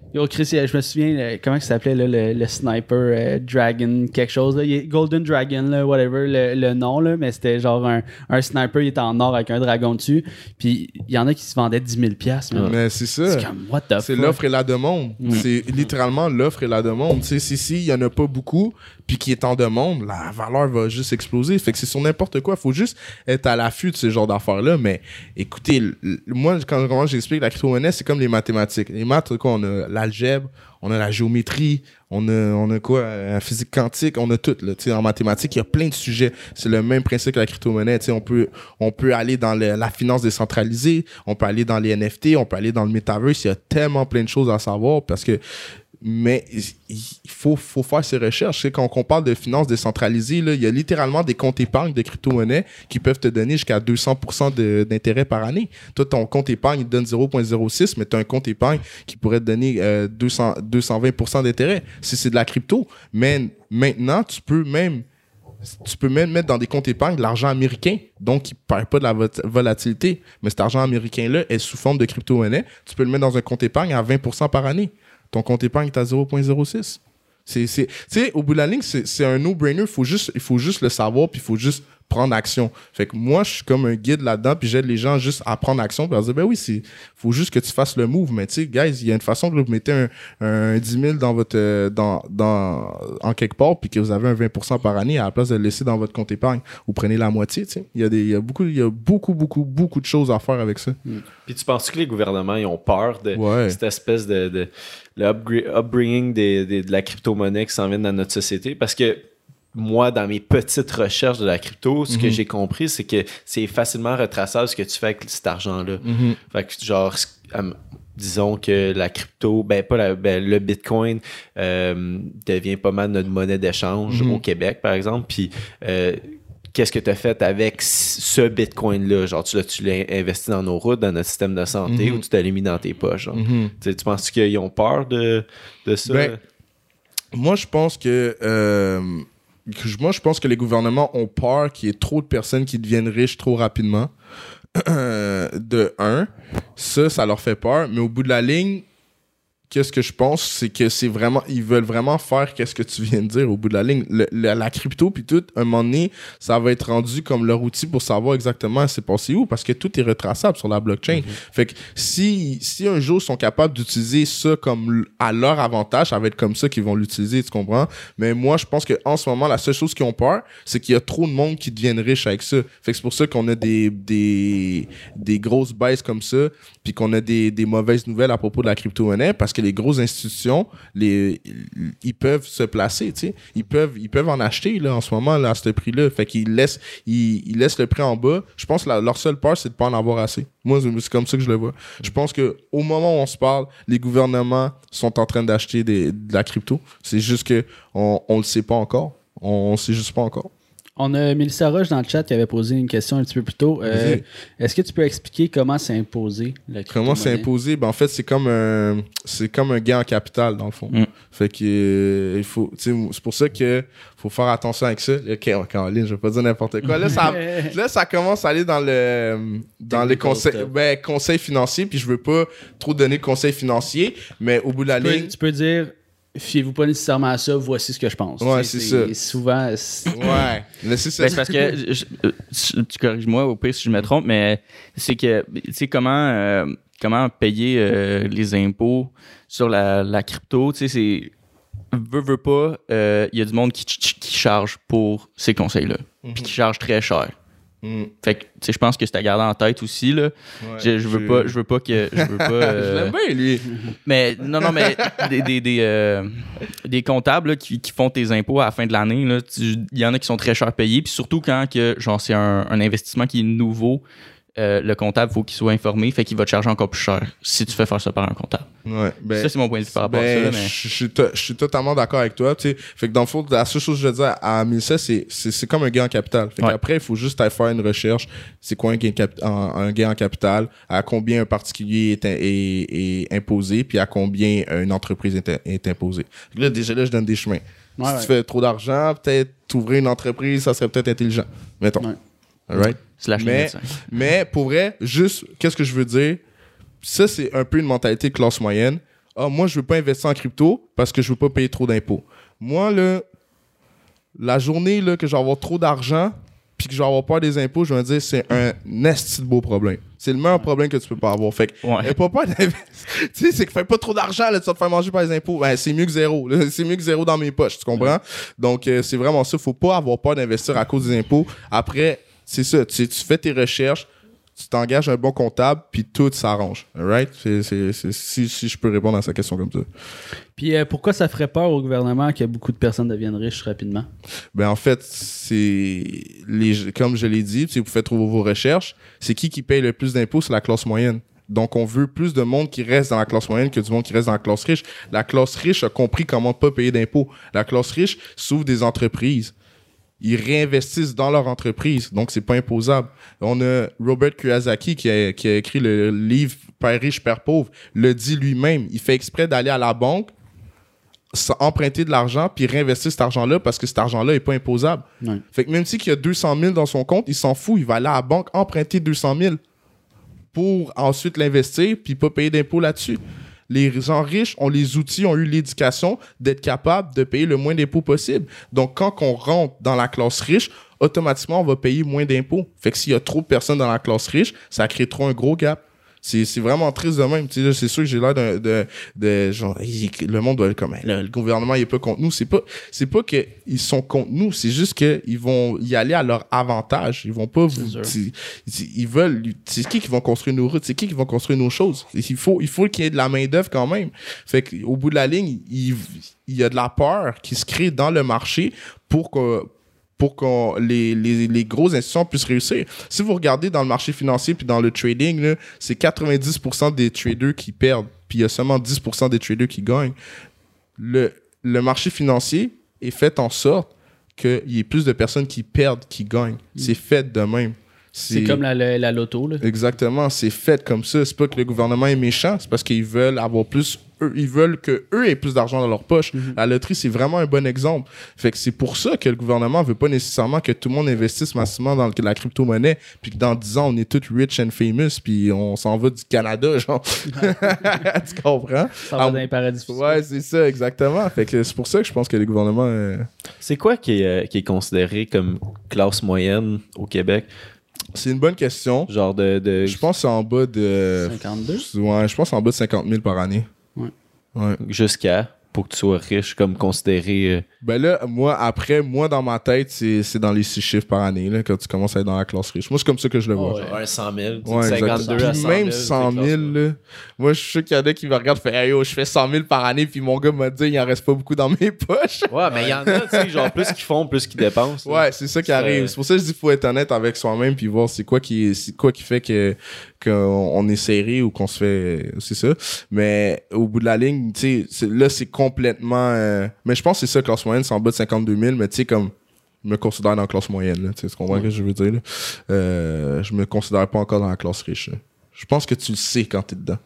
Yo, Chris, je me souviens, euh, comment ça s'appelait là, le, le sniper euh, Dragon, quelque chose. Là. Il est Golden Dragon, là, whatever le, le nom, là, mais c'était genre un, un sniper, il était en or avec un dragon dessus. Puis il y en a qui se vendaient dix mille dollars. Mais c'est ça. C'est comme, what the fuck? C'est l'offre et la demande. Mm. C'est littéralement l'offre et la demande. Tu sais, si, si, il y en a pas beaucoup, puis qui est en demande, la valeur va juste exploser. Fait que c'est sur n'importe quoi. Faut juste être à l'affût de ce genre d'affaires-là. Mais écoutez, l- l- moi, quand, quand j'explique la crypto-monnaie, c'est comme les mathématiques. Les maths, quoi, on a l'algèbre, on a la géométrie, on a, on a quoi, la physique quantique, on a tout, là. Tu sais, en mathématiques, il y a plein de sujets. C'est le même principe que la crypto-monnaie. Tu sais, on peut, on peut aller dans le- la finance décentralisée, on peut aller dans les N F T, on peut aller dans le metaverse. Il y a tellement plein de choses à savoir parce que, mais il faut, faut faire ses recherches. C'est quand on parle de finances décentralisées, là, il y a littéralement des comptes épargne de crypto-monnaie qui peuvent te donner jusqu'à deux cents pour cent de, d'intérêt par année. Toi, ton compte épargne, il te donne zéro virgule zéro six, mais tu as un compte épargne qui pourrait te donner euh, deux cents, deux cent vingt pour cent d'intérêt si c'est de la crypto. Mais maintenant, tu peux même tu peux même mettre dans des comptes épargne de l'argent américain, donc qui ne perd pas de la vo- volatilité. Mais cet argent américain-là est sous forme de crypto-monnaie. Tu peux le mettre dans un compte épargne à vingt pour cent par année. Ton compte épargne est à zéro virgule zéro six. C'est, c'est, tu sais, au bout de la ligne, c'est, c'est un no-brainer. Faut juste, il faut juste le savoir, puis il faut juste prendre action. Fait que moi, je suis comme un guide là-dedans, puis j'aide les gens juste à prendre action, puis à dire, ben oui, c'est, faut juste que tu fasses le move. Mais tu sais, guys, il y a une façon que vous mettez un, un dix mille dans votre, euh, dans, dans, en quelque part, puis que vous avez un vingt pour cent par année à la place de le laisser dans votre compte épargne. Vous prenez la moitié, tu sais. Il y a des, il y a beaucoup, il y a beaucoup, beaucoup, beaucoup de choses à faire avec ça. Puis tu penses que les gouvernements, ils ont peur de Ouais. cette espèce de, de le upgra- upbringing des, des- de la crypto-monnaie qui s'en vient dans notre société? Parce que moi, dans mes petites recherches de la crypto, ce que Mhm. j'ai compris, c'est que c'est facilement retraçable ce que tu fais avec cet argent-là. Mhm. Fait que, genre, c- euh, disons que la crypto, ben pas la, ben, le Bitcoin euh, devient pas mal notre monnaie d'échange Mhm. au Québec, par exemple. Puis, euh, qu'est-ce que tu as fait avec c- ce Bitcoin-là? Genre, tu l'as, tu l'as investi dans nos routes, dans notre système de santé, Mhm. ou tu t'as mis dans tes poches? Genre? Mhm. Tu sais, tu penses qu'ils ont peur de, de ça? Ben, Moi, je pense que, euh, que je- moi, je pense que les gouvernements ont peur qu'il y ait trop de personnes qui deviennent riches trop rapidement. De un, ça, ça leur fait peur. Mais au bout de la ligne, qu'est-ce que je pense, c'est que c'est vraiment, ils veulent vraiment faire qu'est-ce que tu viens de dire au bout de la ligne. Le- le- la crypto puis tout, un moment donné, ça va être rendu comme leur outil pour savoir exactement c'est passé où, parce que tout est retraçable sur la blockchain. Fait que si, si un jour ils sont capables d'utiliser ça comme l- à leur avantage, ça va être comme ça qu'ils vont l'utiliser, tu comprends? Mais moi, je pense qu'en ce moment, la seule chose qu'ils ont peur, c'est qu'il y a trop de monde qui deviennent riches avec ça. Fait que c'est pour ça qu'on a des, des, des grosses baisses comme ça, puis qu'on a des, des mauvaises nouvelles à propos de la crypto-monnaie, parce que les grosses institutions, les, ils peuvent se placer, tu sais. Ils peuvent, ils peuvent en acheter, là, en ce moment, là, à ce prix-là. Fait qu'ils laissent, ils, ils laissent le prix en bas. Je pense que la- leur seule peur, c'est de pas en avoir assez. Moi, c'est c'est comme ça que je le vois. Je pense que au moment où on se parle, les gouvernements sont en train d'acheter des, de la crypto. C'est juste que on, on le sait pas encore. On, on sait juste pas encore. On a Mélissa Roche dans le chat qui avait posé une question un petit peu plus tôt. Euh, Vas-y. est-ce que tu peux expliquer comment c'est imposé la Comment c'est crypto-monnaie? imposé? Ben, en fait, c'est comme un, c'est comme un gain en capital, dans le fond. Mm. Fait que, euh, il faut, tu sais, c'est pour ça que faut faire attention avec ça. Ok, Caroline, je vais pas dire n'importe quoi. Là, ça, là, ça commence à aller dans le, dans les conseils, stuff. ben, conseils financiers, puis je veux pas trop donner de conseils financiers, mais au bout de la Tu peux, ligne, tu peux dire, fiez-vous pas nécessairement à ça, voici ce que je pense. Ouais, Tu sais, c'est ça. Souvent, c'est- ouais, mais c'est ça. Ben, c'est parce que, je- je- tu corriges-moi au pire si je me trompe, mais c'est que, tu sais, comment, euh, comment payer euh, les impôts sur la, la crypto, tu sais, c'est. Veux, veux pas, il y a du monde qui, qui charge pour ces conseils-là, puis qui charge très cher. Mm. Fait que, tu sais, je pense que c'est à garder en tête aussi, là. Ouais, je, je veux j'ai- pas, je veux pas que. Je veux pas. euh, Je l'aime bien, lui. Mais non, non, mais des, des, des, euh, des comptables là, qui, qui font tes impôts à la fin de l'année, là, tu- il y en a qui sont très chers payés. Puis surtout quand que, genre, c'est un, un investissement qui est nouveau, euh, le comptable, il faut qu'il soit informé, fait qu'il va te charger encore plus cher si tu fais faire ça par un comptable. Ouais, ben, ça, c'est mon point de vue par rapport ben, à ça. Là, mais... je, je suis to- je suis totalement d'accord avec toi. Tu sais. Fait que dans le fond, la seule chose que je veux dire à Mélissa, c'est, c'est, c'est comme un gain en capital. Fait Ouais. qu'après, il faut juste aller faire une recherche. C'est quoi un gain, cap- un, un gain en capital? À combien un particulier est, est, est imposé? Puis à combien une entreprise est, est imposée? Fait que là, déjà là, je donne des chemins. Ouais, si ouais. tu fais trop d'argent, peut-être t'ouvrir une entreprise, ça serait peut-être intelligent. Mettons. Ouais. All right? Slash les Mais, médecins. mais pour vrai, juste, qu'est-ce que je veux dire? Ça, c'est un peu une mentalité de classe moyenne. ah, moi, je veux pas investir en crypto parce que je veux pas payer trop d'impôts. Moi, là, la journée là, que je vais avoir trop d'argent puis que je vais avoir peur des impôts, je vais me dire c'est un esti de beau problème. C'est le meilleur problème que tu peux pas avoir. Fait que, Ouais. aie pas peur d'investir. Tu sais, c'est que fais pas trop d'argent, là, tu vas te faire manger par les impôts. Ben, c'est mieux que zéro. là. C'est mieux que zéro dans mes poches, tu comprends? Ouais. Donc, euh, c'est vraiment ça. Faut pas avoir peur d'investir à cause des impôts. Après, c'est ça. Tu, tu fais tes recherches, tu t'engages un bon comptable, puis tout s'arrange. Alright? C'est, c'est, c'est, si, si je peux répondre à sa question comme ça. Puis euh, pourquoi ça ferait peur au gouvernement que beaucoup de personnes deviennent riches rapidement? Ben, en fait, c'est les, comme je l'ai dit, si vous faites vos, vos recherches, c'est qui qui paye le plus d'impôts? C'est la classe moyenne. Donc, on veut plus de monde qui reste dans la classe moyenne que du monde qui reste dans la classe riche. La classe riche a compris comment pas payer d'impôts. La classe riche s'ouvre des entreprises. Ils réinvestissent dans leur entreprise, donc c'est pas imposable. On a Robert Kiyosaki qui a, qui a écrit le livre Père riche, Père pauvre, le dit lui-même. Il fait exprès d'aller à la banque, emprunter de l'argent, puis réinvestir cet argent-là parce que cet argent-là est pas imposable. Ouais. Fait que même s'il y a deux cent mille dans son compte, il s'en fout, il va aller à la banque emprunter deux cent mille pour ensuite l'investir puis pas payer d'impôts là-dessus. Les gens riches ont les outils, ont eu l'éducation d'être capables de payer le moins d'impôts possible. Donc, quand on rentre dans la classe riche, automatiquement, on va payer moins d'impôts. Fait que s'il y a trop de personnes dans la classe riche, ça crée trop un gros gap. C'est, c'est vraiment triste de même. Tu sais, là, c'est sûr que j'ai l'air de, de, de genre, il, le monde doit être comme, là, le gouvernement, il est pas contre nous. C'est pas, c'est pas qu'ils sont contre nous. C'est juste qu'ils vont y aller à leur avantage. Ils vont pas vous, ils, ils veulent, c'est qui qui vont construire nos routes? C'est qui qui vont construire nos choses? Il faut, il faut qu'il y ait de la main-d'œuvre quand même. Fait qu'au bout de la ligne, il, il y a de la peur qui se crée dans le marché pour que, pour que les, les, les grosses institutions puissent réussir. Si vous regardez dans le marché financier puis dans le trading, là, c'est quatre-vingt-dix pour cent des traders qui perdent, puis il y a seulement dix pour cent des traders qui gagnent. Le, le marché financier est fait en sorte qu'il y ait plus de personnes qui perdent qu'ils gagnent. Mm. C'est fait de même. C'est, c'est comme la, la, la loto. Là. Exactement, c'est fait comme ça. C'est pas que le gouvernement est méchant, c'est parce qu'ils veulent avoir plus... Eux, ils veulent que eux aient plus d'argent dans leur poche. Mm-hmm. La loterie, c'est vraiment un bon exemple. Fait que c'est pour ça que le gouvernement veut pas nécessairement que tout le monde investisse massivement dans la crypto-monnaie, puis que dans dix ans, on est tous rich and famous, puis on s'en va du Canada, genre. Tu comprends? Ça va ah, dans les paradis fiscaux. Ouais, c'est ça, exactement. Fait que c'est pour ça que je pense que le gouvernement... Euh... C'est quoi qui est, euh, qui est considéré comme classe moyenne au Québec? C'est une bonne question. Genre de... de... Je pense que c'est en bas de... cinquante-deux? Ouais, je pense que c'est en bas de cinquante mille par année. Ouais. Ouais. Jusqu'à... pour que tu sois riche, comme considéré... Euh... Ben là, moi, après, moi, dans ma tête, c'est, c'est dans les six chiffres par année, là, quand tu commences à être dans la classe riche. Moi, c'est comme ça que je le vois. Oh, ouais. cent mille, ouais, cinquante-deux à cent mille. Même cent mille, là, moi, je suis sûr qu'il y en a qui me regardent et font hey, yo, je fais cent mille par année, puis mon gars m'a dit, il en reste pas beaucoup dans mes poches. Ouais, mais il y en a, tu sais, genre, plus qu'ils font, plus qu'ils dépensent. Là. Ouais, c'est ça qui c'est arrive. C'est pour ça que je dis qu'il faut être honnête avec soi-même, puis voir c'est quoi qui, c'est quoi qui fait que, qu'on est serré ou qu'on se fait. C'est ça. Mais au bout de la ligne, tu sais, là, c'est complètement. Euh, mais je pense que c'est ça, classe moyenne, c'est en bas de cinquante-deux mille, mais tu sais, comme. Je me considère dans la classe moyenne, là. Tu sais, tu comprends ce que je veux dire, là? Euh, je me considère pas encore dans la classe riche, là. Je pense que tu le sais quand t'es dedans.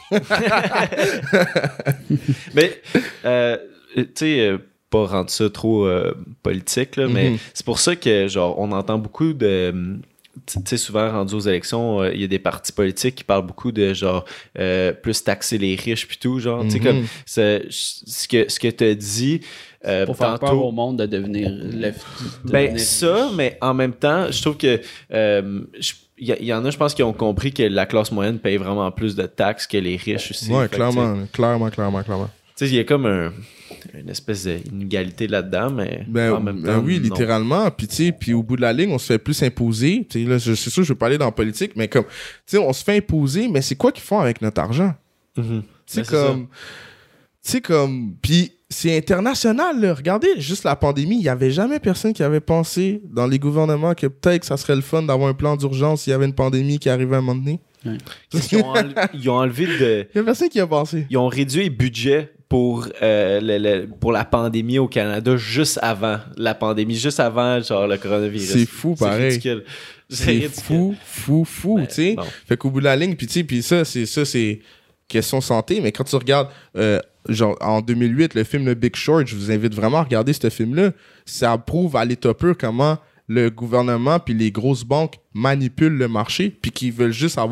Mais, euh, tu sais, euh, pas rendre ça trop euh, politique, là, mm-hmm. mais c'est pour ça que, genre, on entend beaucoup de. Tu sais, souvent, rendu aux élections, il euh, y a des partis politiques qui parlent beaucoup de, genre, euh, plus taxer les riches puis tout, genre, mm-hmm. tu sais, comme, c'est, ce que, ce que t'as dit... Euh, pour faire tantôt, peur au monde de devenir... Le, de ben, devenir ça, riche. Mais en même temps, je trouve que... Euh, il y, y en a, je pense, qui ont compris que la classe moyenne paye vraiment plus de taxes que les riches aussi. Ouais, fait clairement, que, clairement, clairement, clairement. Tu sais, il y a comme un... une espèce d'inégalité là-dedans, mais ben, en même temps, ben oui, non. littéralement. Puis tu sais, puis au bout de la ligne, on se fait plus imposer. Tu sais, là, je, c'est sûr, je veux pas aller dans la politique, mais comme, tu sais, on se fait imposer, mais c'est quoi qu'ils font avec notre argent? Mm-hmm. C'est comme, tu sais, comme, puis c'est international, là. Regardez, juste la pandémie, il y avait jamais personne qui avait pensé dans les gouvernements que peut-être que ça serait le fun d'avoir un plan d'urgence s'il y avait une pandémie qui arrivait à un moment donné. Ouais. Ils, ont enlevé, ils ont enlevé de... Il y a personne qui a pensé. Ils ont réduit le budget pour, euh, le, le, pour la pandémie au Canada juste avant la pandémie, juste avant genre le coronavirus. C'est fou, c'est pareil. Ridicule. C'est, c'est ridicule. fou, fou, fou, ben, tu sais. Fait qu'au bout de la ligne, puis tu sais, puis ça, c'est ça, c'est question santé, mais quand tu regardes, euh, genre en deux mille huit, le film Le Big Short, je vous invite vraiment à regarder ce film-là. Ça prouve à l'état pur comment le gouvernement puis les grosses banques manipulent le marché puis qu'ils veulent juste avoir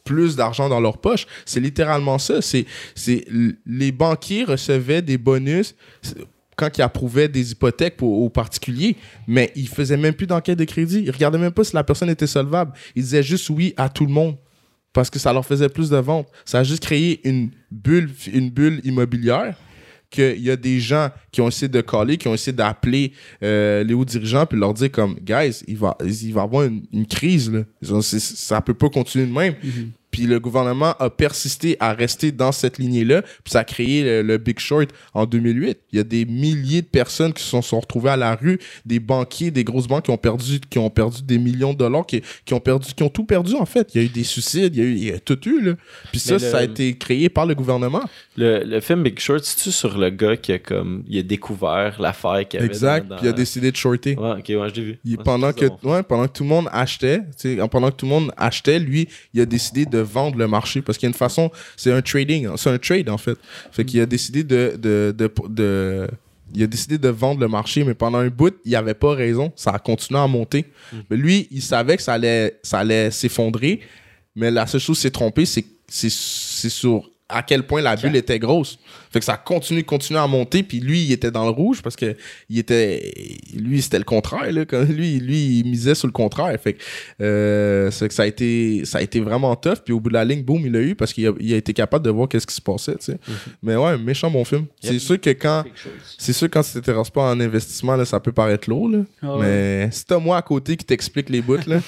plus d'argent dans leur poche. C'est littéralement ça. C'est, c'est, les banquiers recevaient des bonus quand ils approuvaient des hypothèques pour, aux particuliers, mais ils faisaient même plus d'enquête de crédit. Ils regardaient même pas si la personne était solvable. Ils disaient juste oui à tout le monde parce que ça leur faisait plus de ventes. Ça a juste créé une bulle, une bulle immobilière qu'il y a des gens qui ont essayé de caller, qui ont essayé d'appeler euh, les hauts dirigeants puis leur dire comme « Guys, il va, il va y avoir une, une crise. Là. C'est, ça peut pas continuer de même. Mm-hmm. » Puis le gouvernement a persisté à rester dans cette lignée-là, puis ça a créé le, le Big Short en deux mille huit. Il y a des milliers de personnes qui se sont, sont retrouvées à la rue, des banquiers, des grosses banques qui ont perdu, qui ont perdu des millions de dollars, qui, qui ont perdu, qui ont tout perdu en fait. Il y a eu des suicides, il y a, eu, il y a tout eu là. Puis ça, le, ça a été créé par le gouvernement. Le, le film Big Short, c'est-tu sur le gars qui a comme, il a découvert l'affaire qu'il y avait exact. Dans, dans... Puis il a décidé de shorter. Ouais, ok, ouais, je l'ai vu. Il, ouais, pendant que, bon. ouais, pendant que tout le monde achetait, tu sais, pendant que tout le monde achetait, lui, il a décidé de vendre le marché parce qu'il y a une façon, c'est un trading, c'est un trade en fait. Fait qu'il a décidé de, de, de, de, de il a décidé de vendre le marché, mais pendant un bout, il avait pas raison, ça a continué à monter. Mm. Mais lui, il savait que ça allait, ça allait s'effondrer, mais la seule chose qui s'est trompé, c'est, c'est, c'est sur à quel point la bulle était grosse. Fait que ça continue, continue à monter, puis lui, il était dans le rouge parce que il était, lui, c'était le contraire, là. Quand lui, lui, il misait sur le contraire. Fait que, euh, c'est que ça a été, ça a été vraiment tough, puis au bout de la ligne, boum, il l'a eu parce qu'il a, il a été capable de voir qu'est-ce qui se passait, tu sais. Mm-hmm. Mais ouais, méchant bon film. Yep. C'est sûr que quand, c'est sûr quand tu t'intéresses pas en investissement, là, ça peut paraître lourd, là. Oh, mais ouais. Si t'as moi à côté qui t'explique les bouts, là.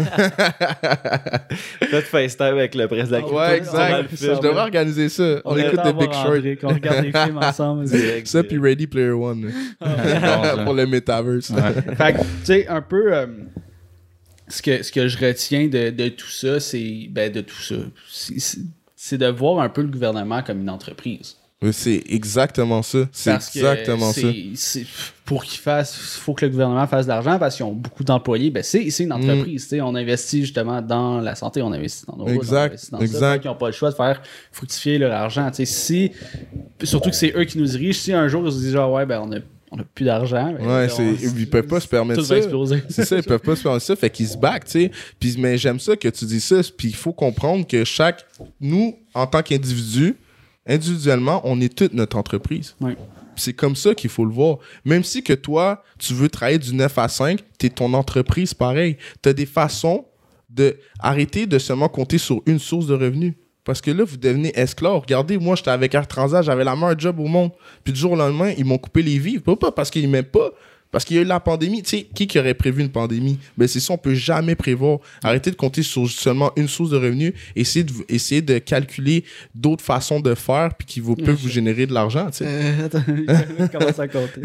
Peut-être FaceTime avec le président. Ouais, exact. Je devrais organiser ça. On, on écoute des Big Short. On regarde des films ensemble. Ça, puis Ready Player One. Ah, pour le metaverse. Ouais. Fait que, tu sais, un peu, euh, ce, que, ce que je retiens de, de tout ça, c'est, ben, de tout ça, c'est, c'est, c'est de voir un peu le gouvernement comme une entreprise. C'est exactement ça. C'est parce exactement c'est, ça. C'est, pour qu'ils fassent, il faut que le gouvernement fasse de l'argent parce qu'ils ont beaucoup d'employés. Ben c'est, c'est une entreprise. Mm. On investit justement dans la santé, on investit dans nos routes, on investit dans exact. ça. Ils n'ont pas le choix de faire fructifier leur argent. Si, surtout que c'est eux qui nous dirigent. Si un jour ils se disent genre, ouais, ben on a on n'a plus d'argent. Ben, ouais, c'est, on, ils peuvent pas se permettre tout ça. Va exploser. C'est ça, ils peuvent pas se permettre ça. Fait qu'ils se back, tu sais. Puis, mais j'aime ça que tu dis ça. Puis il faut comprendre que chaque, nous, en tant qu'individu, individuellement, on est toute notre entreprise. Oui. C'est comme ça qu'il faut le voir. Même si que toi, tu veux travailler du neuf à cinq, t'es ton entreprise pareil. T'as des façons de arrêter de seulement compter sur une source de revenus. Parce que là, vous devenez esclave. Regardez, moi, j'étais avec Air Transat, j'avais la meilleure job au monde. Puis du jour au lendemain, ils m'ont coupé les vivres. Pas, pas parce qu'ils m'aiment pas, parce qu'il y a eu la pandémie. Tu sais, qui qui aurait prévu une pandémie? Ben, c'est ça, on peut jamais prévoir. Arrêtez de compter sur seulement une source de revenus. Essayez de, essayez de calculer d'autres façons de faire puis qui vous, peuvent vous générer de l'argent, tu sais. Euh, attends, commence à compter.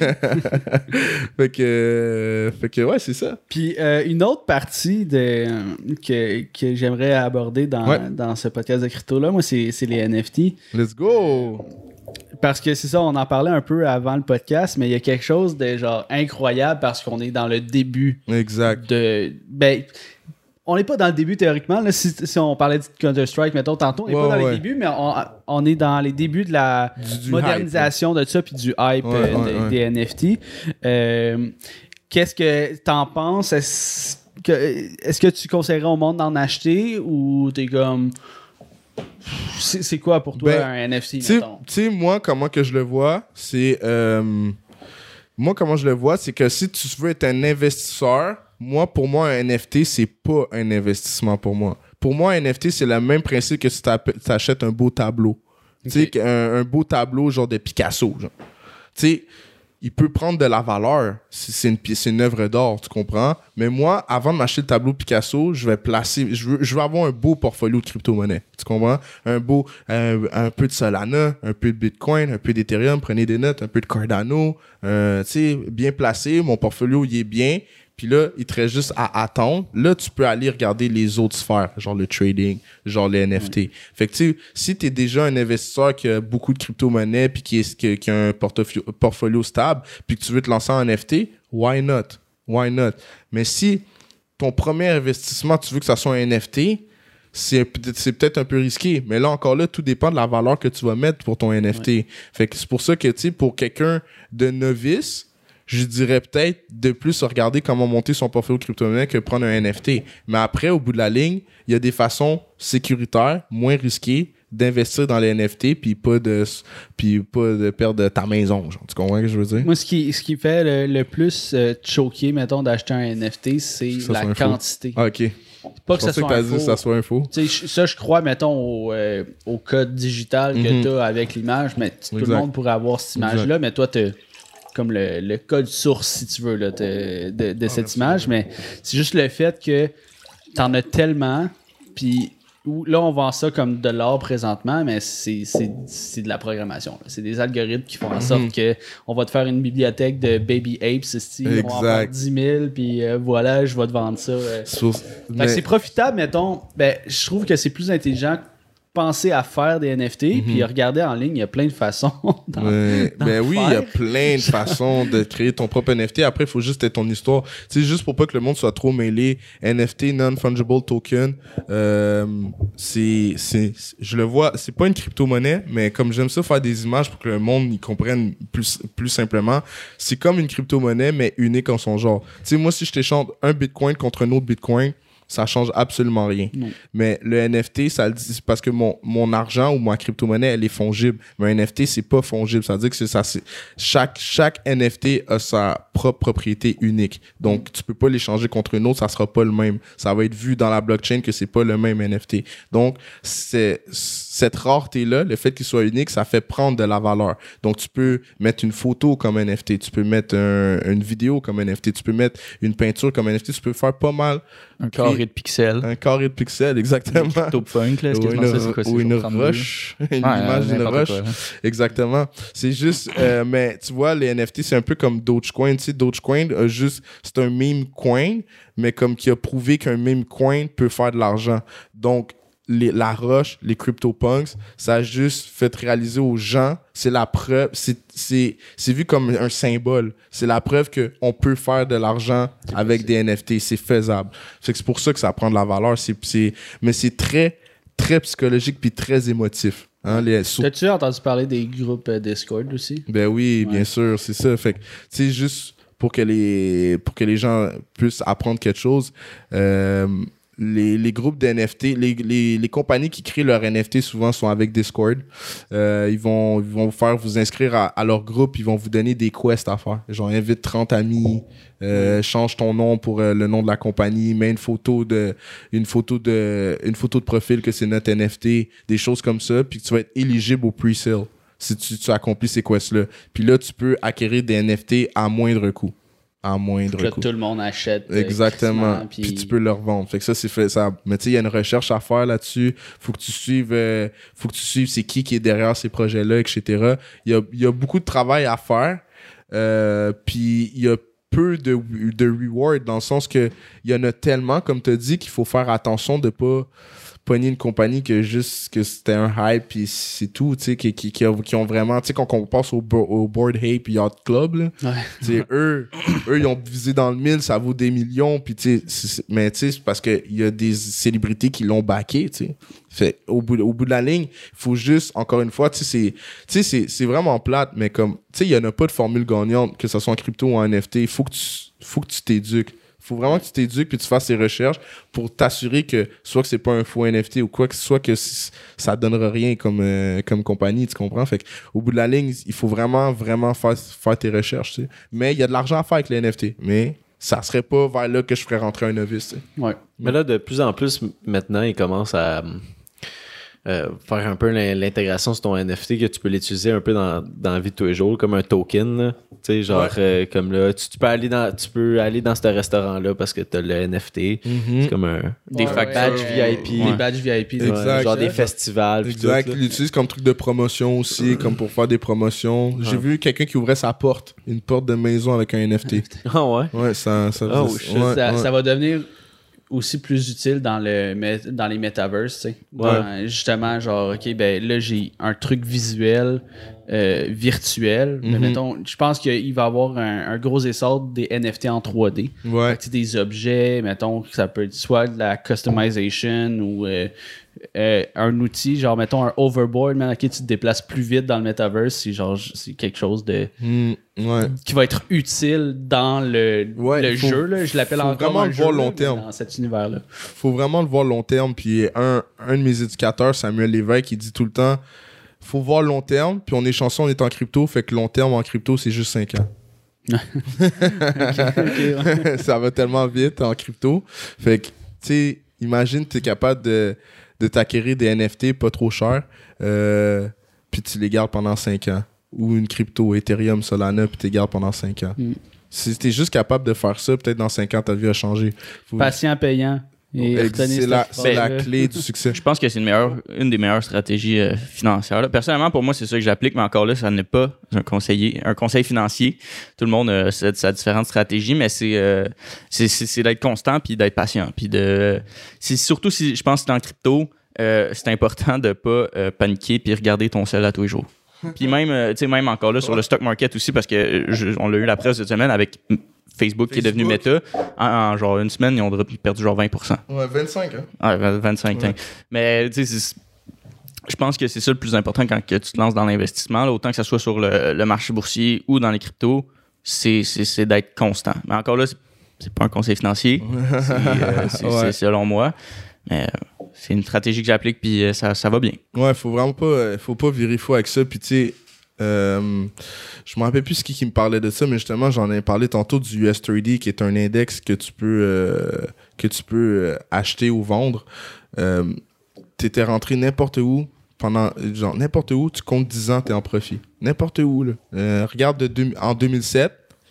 fait que, euh, fait que, ouais, c'est ça. Puis, euh, une autre partie de, que, que j'aimerais aborder dans, ouais. dans ce podcast de crypto-là, moi, c'est, c'est les N F T. Let's go! Parce que c'est ça, on en parlait un peu avant le podcast, mais il y a quelque chose de genre incroyable parce qu'on est dans le début. Exact. De, ben, on n'est pas dans le début théoriquement. Là, si, si on parlait de Counter-Strike, mettons, tantôt, on n'est ouais, pas dans ouais. les débuts, mais on, on est dans les débuts de la du, du modernisation hype, de ça puis du hype ouais, euh, ouais, de, ouais. des N F T. Euh, qu'est-ce que t'en penses? Est-ce que, est-ce que tu conseillerais au monde d'en acheter ou t'es comme... C'est, c'est quoi pour toi ben, un N F T, mettons? Tu sais, moi, comment que je le vois, c'est... Euh, moi, comment je le vois, c'est que si tu veux être un investisseur, moi, pour moi, un N F T, c'est pas un investissement pour moi. Pour moi, un N F T, c'est le même principe que si tu achètes un beau tableau. Okay. Tu sais, un, un beau tableau genre de Picasso. Tu sais... il peut prendre de la valeur si c'est une, c'est une œuvre d'art, tu comprends? Mais moi, avant de m'acheter le tableau Picasso, je vais placer, je veux, je veux avoir un beau portfolio de crypto-monnaie, tu comprends? Un beau, un, un peu de Solana, un peu de Bitcoin, un peu d'Ethereum, prenez des notes, un peu de Cardano, euh, tu sais, bien placé, mon portfolio, il est bien. Puis là, il te reste juste à attendre. Là, tu peux aller regarder les autres sphères, genre le trading, genre les N F T. Mmh. Fait que tu sais, si tu es déjà un investisseur qui a beaucoup de crypto-monnaies puis qui, est, qui, qui a un portfolio, portfolio stable puis que tu veux te lancer en N F T, why not? Why not? Mais si ton premier investissement, tu veux que ça soit un N F T, c'est, c'est peut-être un peu risqué. Mais là, encore là, tout dépend de la valeur que tu vas mettre pour ton N F T. Ouais. Fait que c'est pour ça que, tu sais, pour quelqu'un de novice, je dirais peut-être de plus regarder comment monter son portfolio crypto-monnaie que prendre un N F T. Mais après, au bout de la ligne, il y a des façons sécuritaires, moins risquées, d'investir dans les N F T puis pas de puis pas de perdre ta maison, genre. Tu comprends ce que je veux dire? Moi, ce qui, ce qui fait le, le plus euh, choquer, mettons, d'acheter un N F T, c'est Ça la soit un faux. quantité. Ah, ok. Pas Je que ça pensais soit que t'as un dit faux. que ça soit un faux. Tu sais, je- ça, je crois, mettons, au, euh, au code digital que Mhm. tu as avec l'image, mais t- tout le Exact. monde pourrait avoir cette image-là, mais toi, tu comme le, le code source, si tu veux, là, t'as- de, de cette merci. image, mais c'est juste le fait que t'en as tellement, puis où- là, on vend ça comme de l'art présentement, mais c'est, c'est, c'est de la programmation. là. C'est des algorithmes qui font en sorte que on va te faire une bibliothèque de Baby Apes, c'est-tu, on va en faire Exact. dix mille, puis euh, voilà, je vais te vendre ça. euh. Sur- Fait que mais- c'est profitable, mettons. Ben, je trouve que c'est plus intelligent penser à faire des N F T, puis regarder en ligne, il y a plein de façons. d'en- Ouais, d'en ben oui, il y a faire. plein de façons de créer ton propre N F T. Après, il faut juste être ton histoire. Tu sais, juste pour pas que le monde soit trop mêlé. N F T, non-fungible token, euh, c'est, c'est, je le vois, c'est pas une crypto-monnaie, mais comme j'aime ça faire des images pour que le monde y comprenne plus, plus simplement, c'est comme une crypto-monnaie, mais unique en son genre. Tu sais, moi, si je t'échange un bitcoin contre un autre bitcoin, ça change absolument rien. Non. Mais le N F T, ça le dit, c'est parce que mon, mon argent ou ma crypto-monnaie, elle est fongible. Mais un N F T, c'est pas fongible. Ça veut dire que c'est ça, c'est, chaque, chaque N F T a sa propre propriété unique. Donc, tu peux pas l'échanger contre une autre, ça sera pas le même. Ça va être vu dans la blockchain que c'est pas le même N F T. Donc, c'est, cette rareté-là, le fait qu'il soit unique, ça fait prendre de la valeur. Donc, tu peux mettre une photo comme N F T, tu peux mettre un, une vidéo comme N F T, tu peux mettre une peinture comme N F T, tu peux faire pas mal Un carré de pixels. un carré de pixels, exactement. CryptoPunk, là, est-ce que Ou c'est une, ça, c'est quoi, c'est ou une genre trente-deux? roche, une Ouais, image d'une n'importe roche. quoi, hein. Exactement. C'est juste, euh, mais tu vois, les N F T, c'est un peu comme Dogecoin. Tu sais, Dogecoin, a juste, c'est un meme coin, mais comme qui a prouvé qu'un meme coin peut faire de l'argent. Donc, les, la roche, les CryptoPunks, ça a juste fait réaliser aux gens, c'est la preuve, c'est, c'est, c'est vu comme un symbole. C'est la preuve qu'on peut faire de l'argent avec des N F T. C'est faisable. Fait que c'est pour ça que ça prend de la valeur. C'est, c'est, mais c'est très, très psychologique puis très émotif. Hein, les, sur- T'as-tu entendu parler des groupes euh, Discord aussi? ben oui, Ouais. bien sûr, c'est ça. Fait que, tu sais, juste pour que les, pour que les gens puissent apprendre quelque chose, euh, les, les groupes d'N F T, les, les, les compagnies qui créent leur N F T souvent sont avec Discord. Euh, ils vont, ils vont vous faire vous inscrire à, à leur groupe, ils vont vous donner des quests à faire. Genre, invite trente amis, euh, change ton nom pour euh, le nom de la compagnie, mets une photo de, une photo de, une photo de profil que c'est notre N F T, des choses comme ça, puis que tu vas être éligible au pre-sale si tu, tu accomplis ces quests-là. Puis là, tu peux acquérir des N F T à moindre coût. À moindre Là, coût. tout le monde achète. euh, Exactement. crissement, Puis tu peux le revendre. Fait que ça, c'est fait. Ça... Mais tu sais, il y a une recherche à faire là-dessus. Faut que tu suives, euh, faut que tu suives c'est qui qui est derrière ces projets-là, et cetera. Il y a, il y a beaucoup de travail à faire. Euh, puis il y a peu de, de reward dans le sens que il y en a tellement, comme tu as dit, qu'il faut faire attention de pas pogner une compagnie que juste que c'était un hype puis c'est tout, tu sais, qui, qui, qui, ont, qui ont vraiment, tu sais, quand on passe au, bo- au Bored Ape Yacht Club, là, Ouais. tu sais, eux, eux, ils ont visé dans le mille, ça vaut des millions, puis tu sais, c'est- c'est- mais tu sais, c'est parce qu'il y a des célébrités qui l'ont backé, tu sais. Fait, au bout, au bout de la ligne, il faut juste, encore une fois, tu sais, c'est, tu sais, c'est, c'est vraiment plate, mais comme, tu sais, il y en a pas de formule gagnante, que ce soit en crypto ou en N F T, il faut que tu, faut que tu t'éduques. Faut vraiment que tu t'éduques puis tu fasses tes recherches pour t'assurer que soit que c'est pas un faux N F T ou quoi que soit que c- ça donnera rien comme euh, comme compagnie, tu comprends? Fait que au bout de la ligne, il faut vraiment vraiment faire faire tes recherches, tu sais. Mais il y a de l'argent à faire avec les N F T, mais ça serait pas vers là que je ferais rentrer un novice, tu sais. Ouais. Mais là, de plus en plus, m- maintenant, ils commencent à euh, faire un peu l'in- l'intégration sur ton N F T, que tu peux l'utiliser un peu dans, dans la vie de tous les jours, comme un token, là. Tu sais, genre, Ouais. euh, comme là, tu, tu peux aller dans, tu peux aller dans ce restaurant-là parce que t'as le N F T. C'est comme un, des Ouais, factures ouais, badge ouais. V I P. Des badges V I P. Ouais, Exact. genre des festivals. pis Exact, tout, là. ils l'utilisent comme truc de promotion aussi, comme pour faire des promotions. J'ai vu quelqu'un qui ouvrait sa porte, une porte de maison avec un N F T. Ah ouais? Ouais, ça ça Oh, faisait- shit. ouais, ça, ouais. ça va devenir aussi plus utile dans le mé- dans les metaverses, tu sais. Ouais. Euh, justement, genre, OK, ben là, j'ai un truc visuel euh, virtuel. Mais Mhm. mettons, je pense qu'il va y avoir un, un gros essor des N F T en trois D. Ouais. Fait que, tu sais, des objets, mettons, que ça peut être soit de la customization ou euh, euh, un outil, genre, mettons, un overboard, mais qui tu te déplaces plus vite dans le metaverse. C'est genre, c'est quelque chose de Mm, ouais. qui va être utile dans le, Ouais, le faut- jeu. Là. Je l'appelle faut encore vraiment un le jeu, voir là, long mais terme. dans cet univers-là. Faut vraiment le voir long terme. Puis un, un de mes éducateurs, Samuel Lévesque, il dit tout le temps, faut voir long terme. Puis on est chanceux, on est en crypto. Fait que long terme en crypto, c'est juste cinq ans. Okay, ouais. Ça va tellement vite en crypto. Fait que, tu sais, imagine, tu es capable de, de t'acquérir des N F T pas trop chers, euh, puis tu les gardes pendant cinq ans. Ou une crypto, Ethereum, Solana, puis tu les gardes pendant cinq ans. Mm. Si tu es juste capable de faire ça, peut-être dans cinq ans, ta vie a changé. Faut- Patient, payant. Et Ex- retenez C'est cette la, c'est la phrase-là. clé du succès. Je pense que c'est une, meilleure, une des meilleures stratégies euh, financières. là. Personnellement, pour moi, c'est ça que j'applique, mais encore là, ça n'est pas un conseiller, un conseil financier. Tout le monde a sa, sa différente stratégie, mais c'est, euh, c'est, c'est, c'est d'être constant puis d'être patient. Puis de, c'est surtout si je pense que dans le crypto, euh, c'est important de pas euh, paniquer puis regarder ton sel à tous les jours. Puis même, euh, tu sais, même encore là sur le stock market aussi, parce que je- on l'a eu la presse cette semaine avec Facebook, qui est devenu Facebook. Meta. En, en genre une semaine, ils ont perdu genre vingt pour cent. Ouais, vingt-cinq, hein? Ah, vingt-cinq Ouais. ans. Mais tu sais, c'est- je pense que c'est ça le plus important quand que tu te lances dans l'investissement, là, autant que ce soit sur le, le marché boursier ou dans les cryptos, c'est, c'est, c'est d'être constant. Mais encore là, c'est, c'est pas un conseil financier, c'est, euh, c'est, Ouais. c'est selon moi. Mais euh, c'est une stratégie que j'applique, puis euh, ça, ça va bien. Ouais, faut vraiment pas, euh, faut pas virer fou avec ça. Puis tu sais, euh, je me rappelle plus ce qui, qui me parlait de ça, mais justement, j'en ai parlé tantôt du U S trente, qui est un index que tu peux, euh, que tu peux euh, acheter ou vendre. Euh, T'étais rentré n'importe où, pendant, genre, n'importe où, tu comptes dix ans, t'es en profit. N'importe où, là. Euh, regarde de deux- en deux mille sept,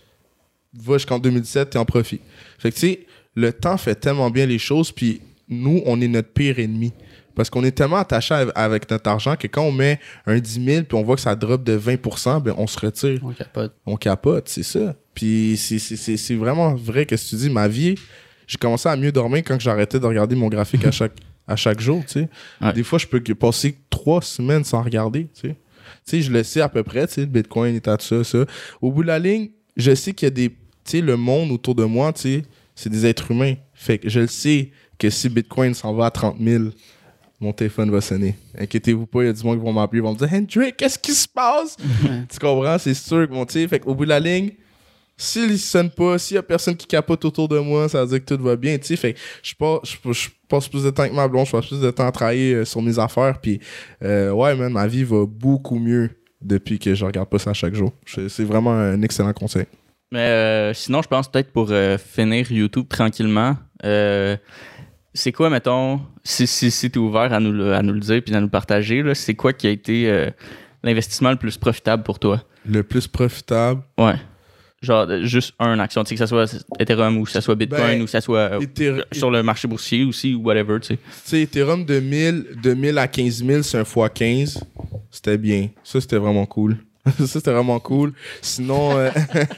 va jusqu'en deux mille sept, t'es en profit. Fait que tu sais, le temps fait tellement bien les choses, puis nous, on est notre pire ennemi. Parce qu'on est tellement attaché av- avec notre argent que quand on met un dix mille puis on voit que ça drop de vingt pour cent, ben on se retire. On capote. On capote, c'est ça. Puis c'est, c'est, c'est, c'est vraiment vrai que si tu dis, ma vie, j'ai commencé à mieux dormir quand j'arrêtais de regarder mon graphique à chaque, à chaque jour, tu sais. Ouais. Des fois, je peux que- passer trois semaines sans regarder, tu sais. Tu sais, je le sais à peu près, tu sais, le Bitcoin est à ça, ça. Au bout de la ligne, je sais qu'il y a des, tu sais, le monde autour de moi, tu sais, c'est des êtres humains. Fait que je le sais que si Bitcoin s'en va à trente mille, mon téléphone va sonner. Inquiétez-vous pas, il y a du monde qui vont m'appeler, ils vont me dire « Hendrik, qu'est-ce qui se passe? » Tu comprends? C'est sûr que mon, tu sais, fait qu'au bout de la ligne, s'il ne sonne pas, s'il y a personne qui capote autour de moi, ça veut dire que tout va bien, tu sais. Fait que je passe, je, je passe plus de temps que ma blonde, je passe plus de temps à travailler euh, sur mes affaires, puis euh, ouais, man, ma vie va beaucoup mieux depuis que je regarde pas ça chaque jour. Je- c'est vraiment un excellent conseil. Mais euh, sinon, je pense peut-être pour euh, finir YouTube tranquillement, euh, c'est quoi, mettons, si, si, si tu es ouvert à nous, le, à nous le dire puis à nous le partager, là, c'est quoi qui a été euh, l'investissement le plus profitable pour toi? Le plus profitable. Ouais. Genre, euh, juste un action, tu sais, que ça soit Ethereum ou que ça soit Bitcoin Ben, ou que ça soit euh, Ether- sur le marché boursier aussi ou whatever, tu sais. Tu sais, Ethereum de mille, de mille à quinze mille, c'est un fois quinze. C'était bien. Ça, c'était vraiment cool. Ça, c'était vraiment cool. Sinon, euh,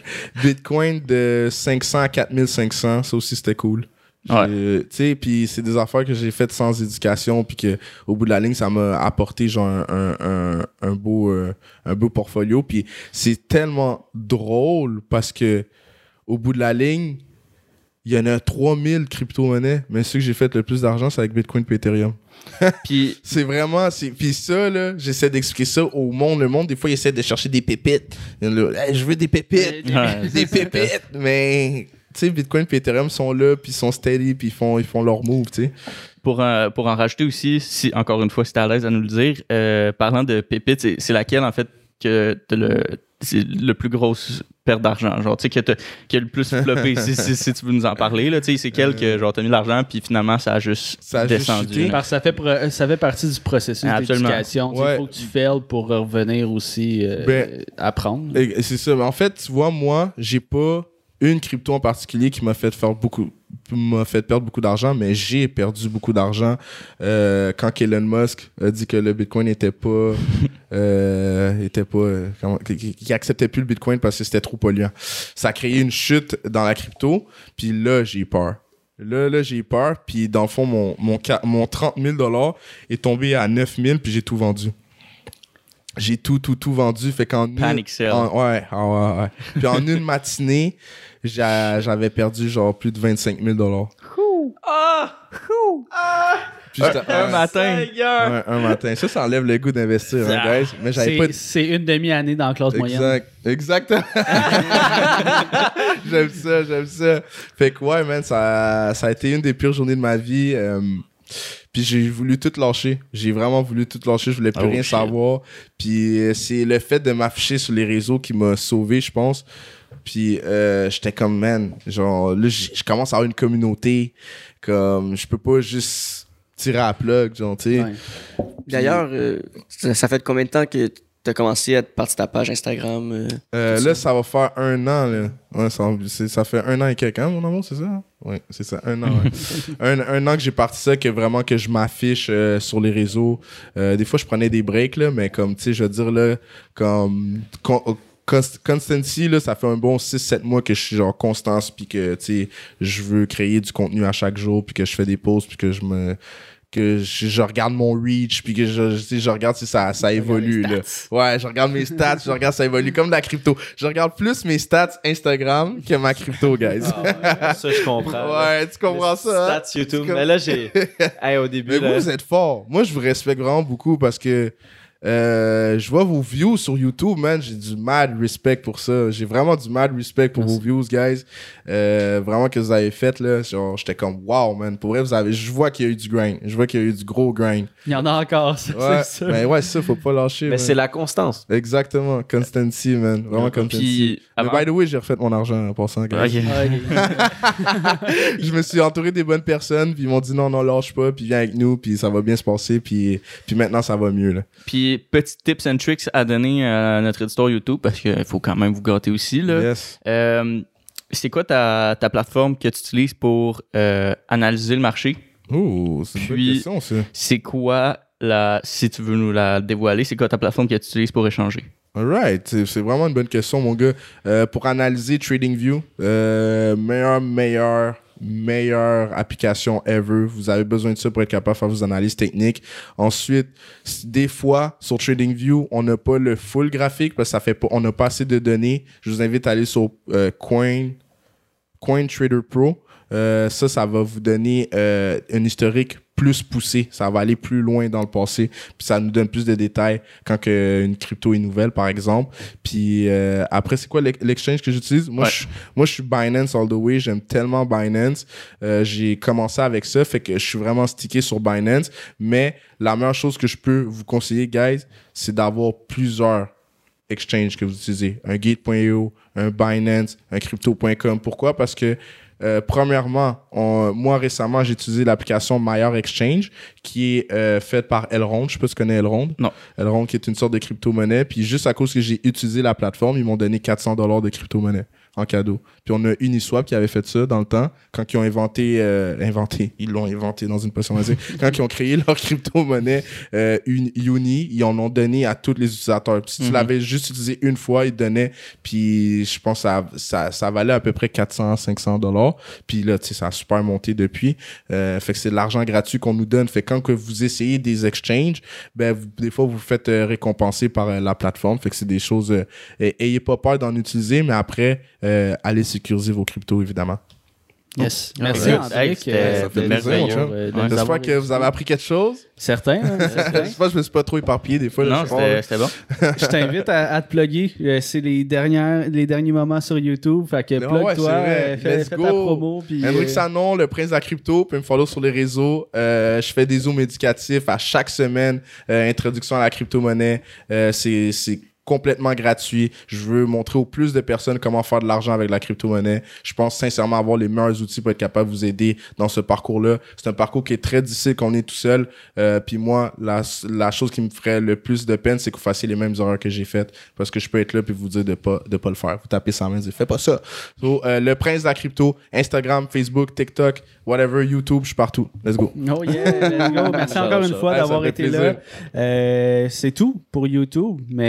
Bitcoin de cinq cents à quatre mille cinq cents, ça aussi, c'était cool. Ouais. J'ai- Tu sais, puis c'est des affaires que j'ai faites sans éducation, puis que au bout de la ligne, ça m'a apporté genre un, un, un, un beau, euh, un beau portfolio. Puis c'est tellement drôle parce que au bout de la ligne, il y en a trois mille crypto-monnaies, mais ceux que j'ai fait le plus d'argent, c'est avec Bitcoin et Ethereum. Puis, C'est vraiment... c'est Puis ça, là, j'essaie d'expliquer ça au monde. Le monde, des fois, il essaie de chercher des pépites. Il y en a là, Hey, je veux des pépites. Ouais, Des pépites. Mais, tu sais, Bitcoin et Ethereum sont là, puis ils sont steady, puis ils font, ils font leur move, tu sais. pour, euh, pour en rajouter aussi, si encore une fois, si t'es à l'aise à nous le dire, euh, parlant de pépites, c'est, c'est laquelle, en fait, que t'as le, c'est le plus grosse perte d'argent, genre, tu sais, que t'as, qui a le plus floppé, si, si, si tu veux nous en parler, là, tu sais, c'est quel que, genre, t'as mis l'argent, puis finalement, ça a juste Ça a juste descendu. chuté. Parce que ça fait, pro- ça fait partie du processus Absolument. d'éducation. Il Ouais. faut que tu fails pour revenir aussi euh, Ben, apprendre. Et- et c'est ça. Mais en fait, tu vois, moi, j'ai pas une crypto en particulier qui m'a fait faire beaucoup, m'a fait perdre beaucoup d'argent, mais j'ai perdu beaucoup d'argent euh, quand Elon Musk a dit que le Bitcoin n'était pas, euh, était pas, euh, comment- qu'il qu'il acceptait plus le Bitcoin parce que c'était trop polluant. Ça a créé une chute dans la crypto, puis là, j'ai eu peur. Là, là, j'ai eu peur, puis dans le fond, mon, mon, ca- mon trente mille dollars est tombé à neuf mille, puis j'ai tout vendu. j'ai tout, tout, tout vendu. Fait qu'en une- Panic sell. en- ouais, ah ouais, ouais. Puis en une matinée, j'a- j'avais perdu genre plus de vingt-cinq mille dollars. Ah! Juste Un matin. Un, un matin. Ça, ça enlève le goût d'investir, hein, guys. Mais j'avais C'est pas de... c'est une demi-année dans la classe moyenne. Exact. Exactement. J'aime ça, j'aime ça. Fait que ouais, man, ça, ça a été une des pires journées de ma vie. euh, Puis j'ai voulu tout lâcher. J'ai vraiment voulu tout lâcher. Je voulais plus Oh, rien shit. savoir. Puis euh, c'est le fait de m'afficher sur les réseaux qui m'a sauvé, je pense. Puis euh, j'étais comme, man, genre, là, j- je commence à avoir une communauté. Comme, je peux pas juste tirer à la plug, genre, tu sais. Ouais. D'ailleurs, euh, ça, ça fait combien de temps que tu as commencé à partir ta page Instagram? euh? Euh, là, ça va faire un an. Là. Ouais, ça, c'est- ça fait un an et quelques, hein, mon amour, c'est ça? Oui, c'est ça, un an. Ouais. un, un an que j'ai parti ça, que vraiment que je m'affiche euh, sur les réseaux. Euh, des fois, je prenais des breaks, là, mais comme, tu sais, je veux dire, là, comme... con- Const- Constancy, là, ça fait un bon six sept mois que je suis genre constance, puis que, tu sais, je veux créer du contenu à chaque jour, puis que je fais des posts, puis que je me... que je, je regarde mon reach, puis que je, je, tu sais, je regarde si ça, ça évolue, là. Ouais, je regarde mes stats, je regarde si ça évolue, comme de la crypto. Je regarde plus mes stats Instagram que ma crypto, guys. Ça, je comprends. là. Ouais, tu comprends ça, hein? Stats YouTube. Tu com- Mais là, j'ai. Hey, au début. Mais là... vous, vous êtes fort. Moi, je vous respecte vraiment beaucoup parce que euh, je vois vos views sur YouTube, man. J'ai du mad respect pour ça. J'ai vraiment du mad respect pour Merci. vos views, guys. Euh, vraiment que vous avez fait, là. Genre, j'étais comme, wow, man. Pour vrai, vous avez, je vois qu'il y a eu du grind. Je vois qu'il y a eu du gros grind. Il y en a encore, ça, Ouais, c'est ça. mais ouais, ça, faut pas lâcher. Mais man. c'est la constance. Exactement. Constancy, man. Vraiment constancy. Puis, Mais avant- by the way, j'ai refait mon argent en passant, guys. Ok. Ouais. Je me suis entouré des bonnes personnes, puis ils m'ont dit non, non, lâche pas, puis viens avec nous, puis ça va bien se passer, puis, puis maintenant, ça va mieux, là. Puis, petit tips and tricks à donner à notre éditeur YouTube, parce qu'il faut quand même vous gâter aussi, là. Yes. Euh, c'est quoi ta, ta plateforme que tu utilises pour euh, analyser le marché? Oh, c'est une bonne Puis- question, ça. C'est quoi la, si tu veux nous la dévoiler, c'est quoi ta plateforme que tu utilises pour échanger? Alright, c'est c'est vraiment une bonne question, mon gars. Euh, pour analyser TradingView, euh, meilleure, meilleure, meilleure application ever. Vous avez besoin de ça pour être capable de faire vos analyses techniques. Ensuite, s- des fois, sur TradingView, on n'a pas le full graphique parce que ça fait pas, on n'a pas assez de données. Je vous invite à aller sur euh, Coin, CoinTrader Pro. Euh, ça, ça va vous donner euh, un historique plus poussé. Ça va aller plus loin dans le passé. Puis ça nous donne plus de détails quand que une crypto est nouvelle, par exemple. Puis euh, après, c'est quoi l'ex- l'exchange que j'utilise? Moi, Ouais. je, moi, je suis Binance all the way. J'aime tellement Binance. Euh, j'ai commencé avec ça, fait que je suis vraiment stické sur Binance. Mais la meilleure chose que je peux vous conseiller, guys, c'est d'avoir plusieurs exchanges que vous utilisez. Un Gate point i o, un Binance, un Crypto point com. Pourquoi? Parce que Euh, premièrement, on- moi récemment, j'ai utilisé l'application Meilleur Exchange qui est euh, faite par Elrond. Je sais pas si tu connais Elrond. Non. Elrond qui est une sorte de crypto-monnaie. Puis juste à cause que j'ai utilisé la plateforme, ils m'ont donné quatre cents dollars de crypto-monnaie en cadeau. Puis on a Uniswap qui avait fait ça dans le temps quand ils ont inventé, euh, inventé, ils l'ont inventé dans une potion magique. Quand ils ont créé leur crypto-monnaie euh, Uni, Uni, ils en ont donné à tous les utilisateurs. Puis si tu Mhm. l'avais juste utilisé une fois, ils te donnaient. Puis je pense que ça, ça, ça valait à peu près quatre cents, cinq cents dollars. Puis là, tu sais, ça a super monté depuis. Euh, fait que c'est de l'argent gratuit qu'on nous donne. Fait que quand que vous essayez des exchanges, ben, vous- des fois, vous vous faites euh, récompenser par euh, la plateforme. Fait que c'est des choses... euh, et- ayez pas peur d'en utiliser, mais après, euh, allez sécuriser vos cryptos, évidemment. Yes. Ouais. Merci, Ouais. André. Hey, que- c'était- ça fait de- plaisir, de- mon chum. de- de Ouais. nous avoir J'espère que vous avez appris quelque chose. Certains. hein, certains. J'espère que je me suis pas trop éparpillé des fois. là, Non, je sais pas, là. c'était c'était bon. Je t'invite à, à te plugger. Euh, C'est les, dernières, les derniers moments sur YouTube. Fait que Ah plug-toi, ouais, c'est vrai. euh, fais, Let's fais go. ta promo. Puis, Hendrik euh, Sanon, le prince de la crypto, vous pouvez me follow sur les réseaux. Euh, je fais des zooms éducatifs à chaque semaine. Euh, introduction à la crypto-monnaie. Euh, c'est, c'est complètement gratuit. Je veux montrer au plus de personnes comment faire de l'argent avec la crypto-monnaie. Je pense sincèrement avoir les meilleurs outils pour être capable de vous aider dans ce parcours-là. C'est un parcours qui est très difficile quand on est tout seul. Euh, puis moi, la, la chose qui me ferait le plus de peine, c'est que vous fassiez les mêmes erreurs que j'ai faites. Parce que je peux être là puis vous dire de pas, de pas le faire. Vous tapez sans main et dire, fais pas ça. So, euh, le prince de la crypto, Instagram, Facebook, TikTok, whatever, YouTube, je suis partout. Let's go. Oh yeah, let's go. Merci encore une fois Ouais, ça d'avoir fait été plaisir. là. Euh, c'est tout pour YouTube. Mais venez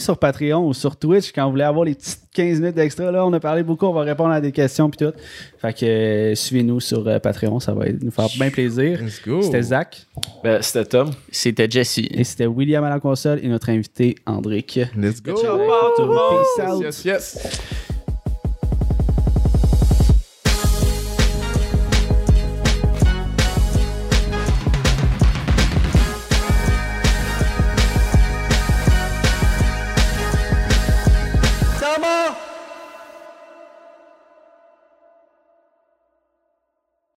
sur Patreon ou sur Twitch quand vous voulez avoir les petites quinze minutes d'extra. Là, on a parlé beaucoup, on va répondre à des questions puis tout. Fait que euh, suivez-nous sur euh, Patreon, ça va nous faire bien plaisir. Let's go. C'était Zach. Ben, c'était Tom. C'était Jesse. Et c'était William à la console et notre invité Andric. Let's go. Ciao, tout le monde. Peace out. Yes, yes.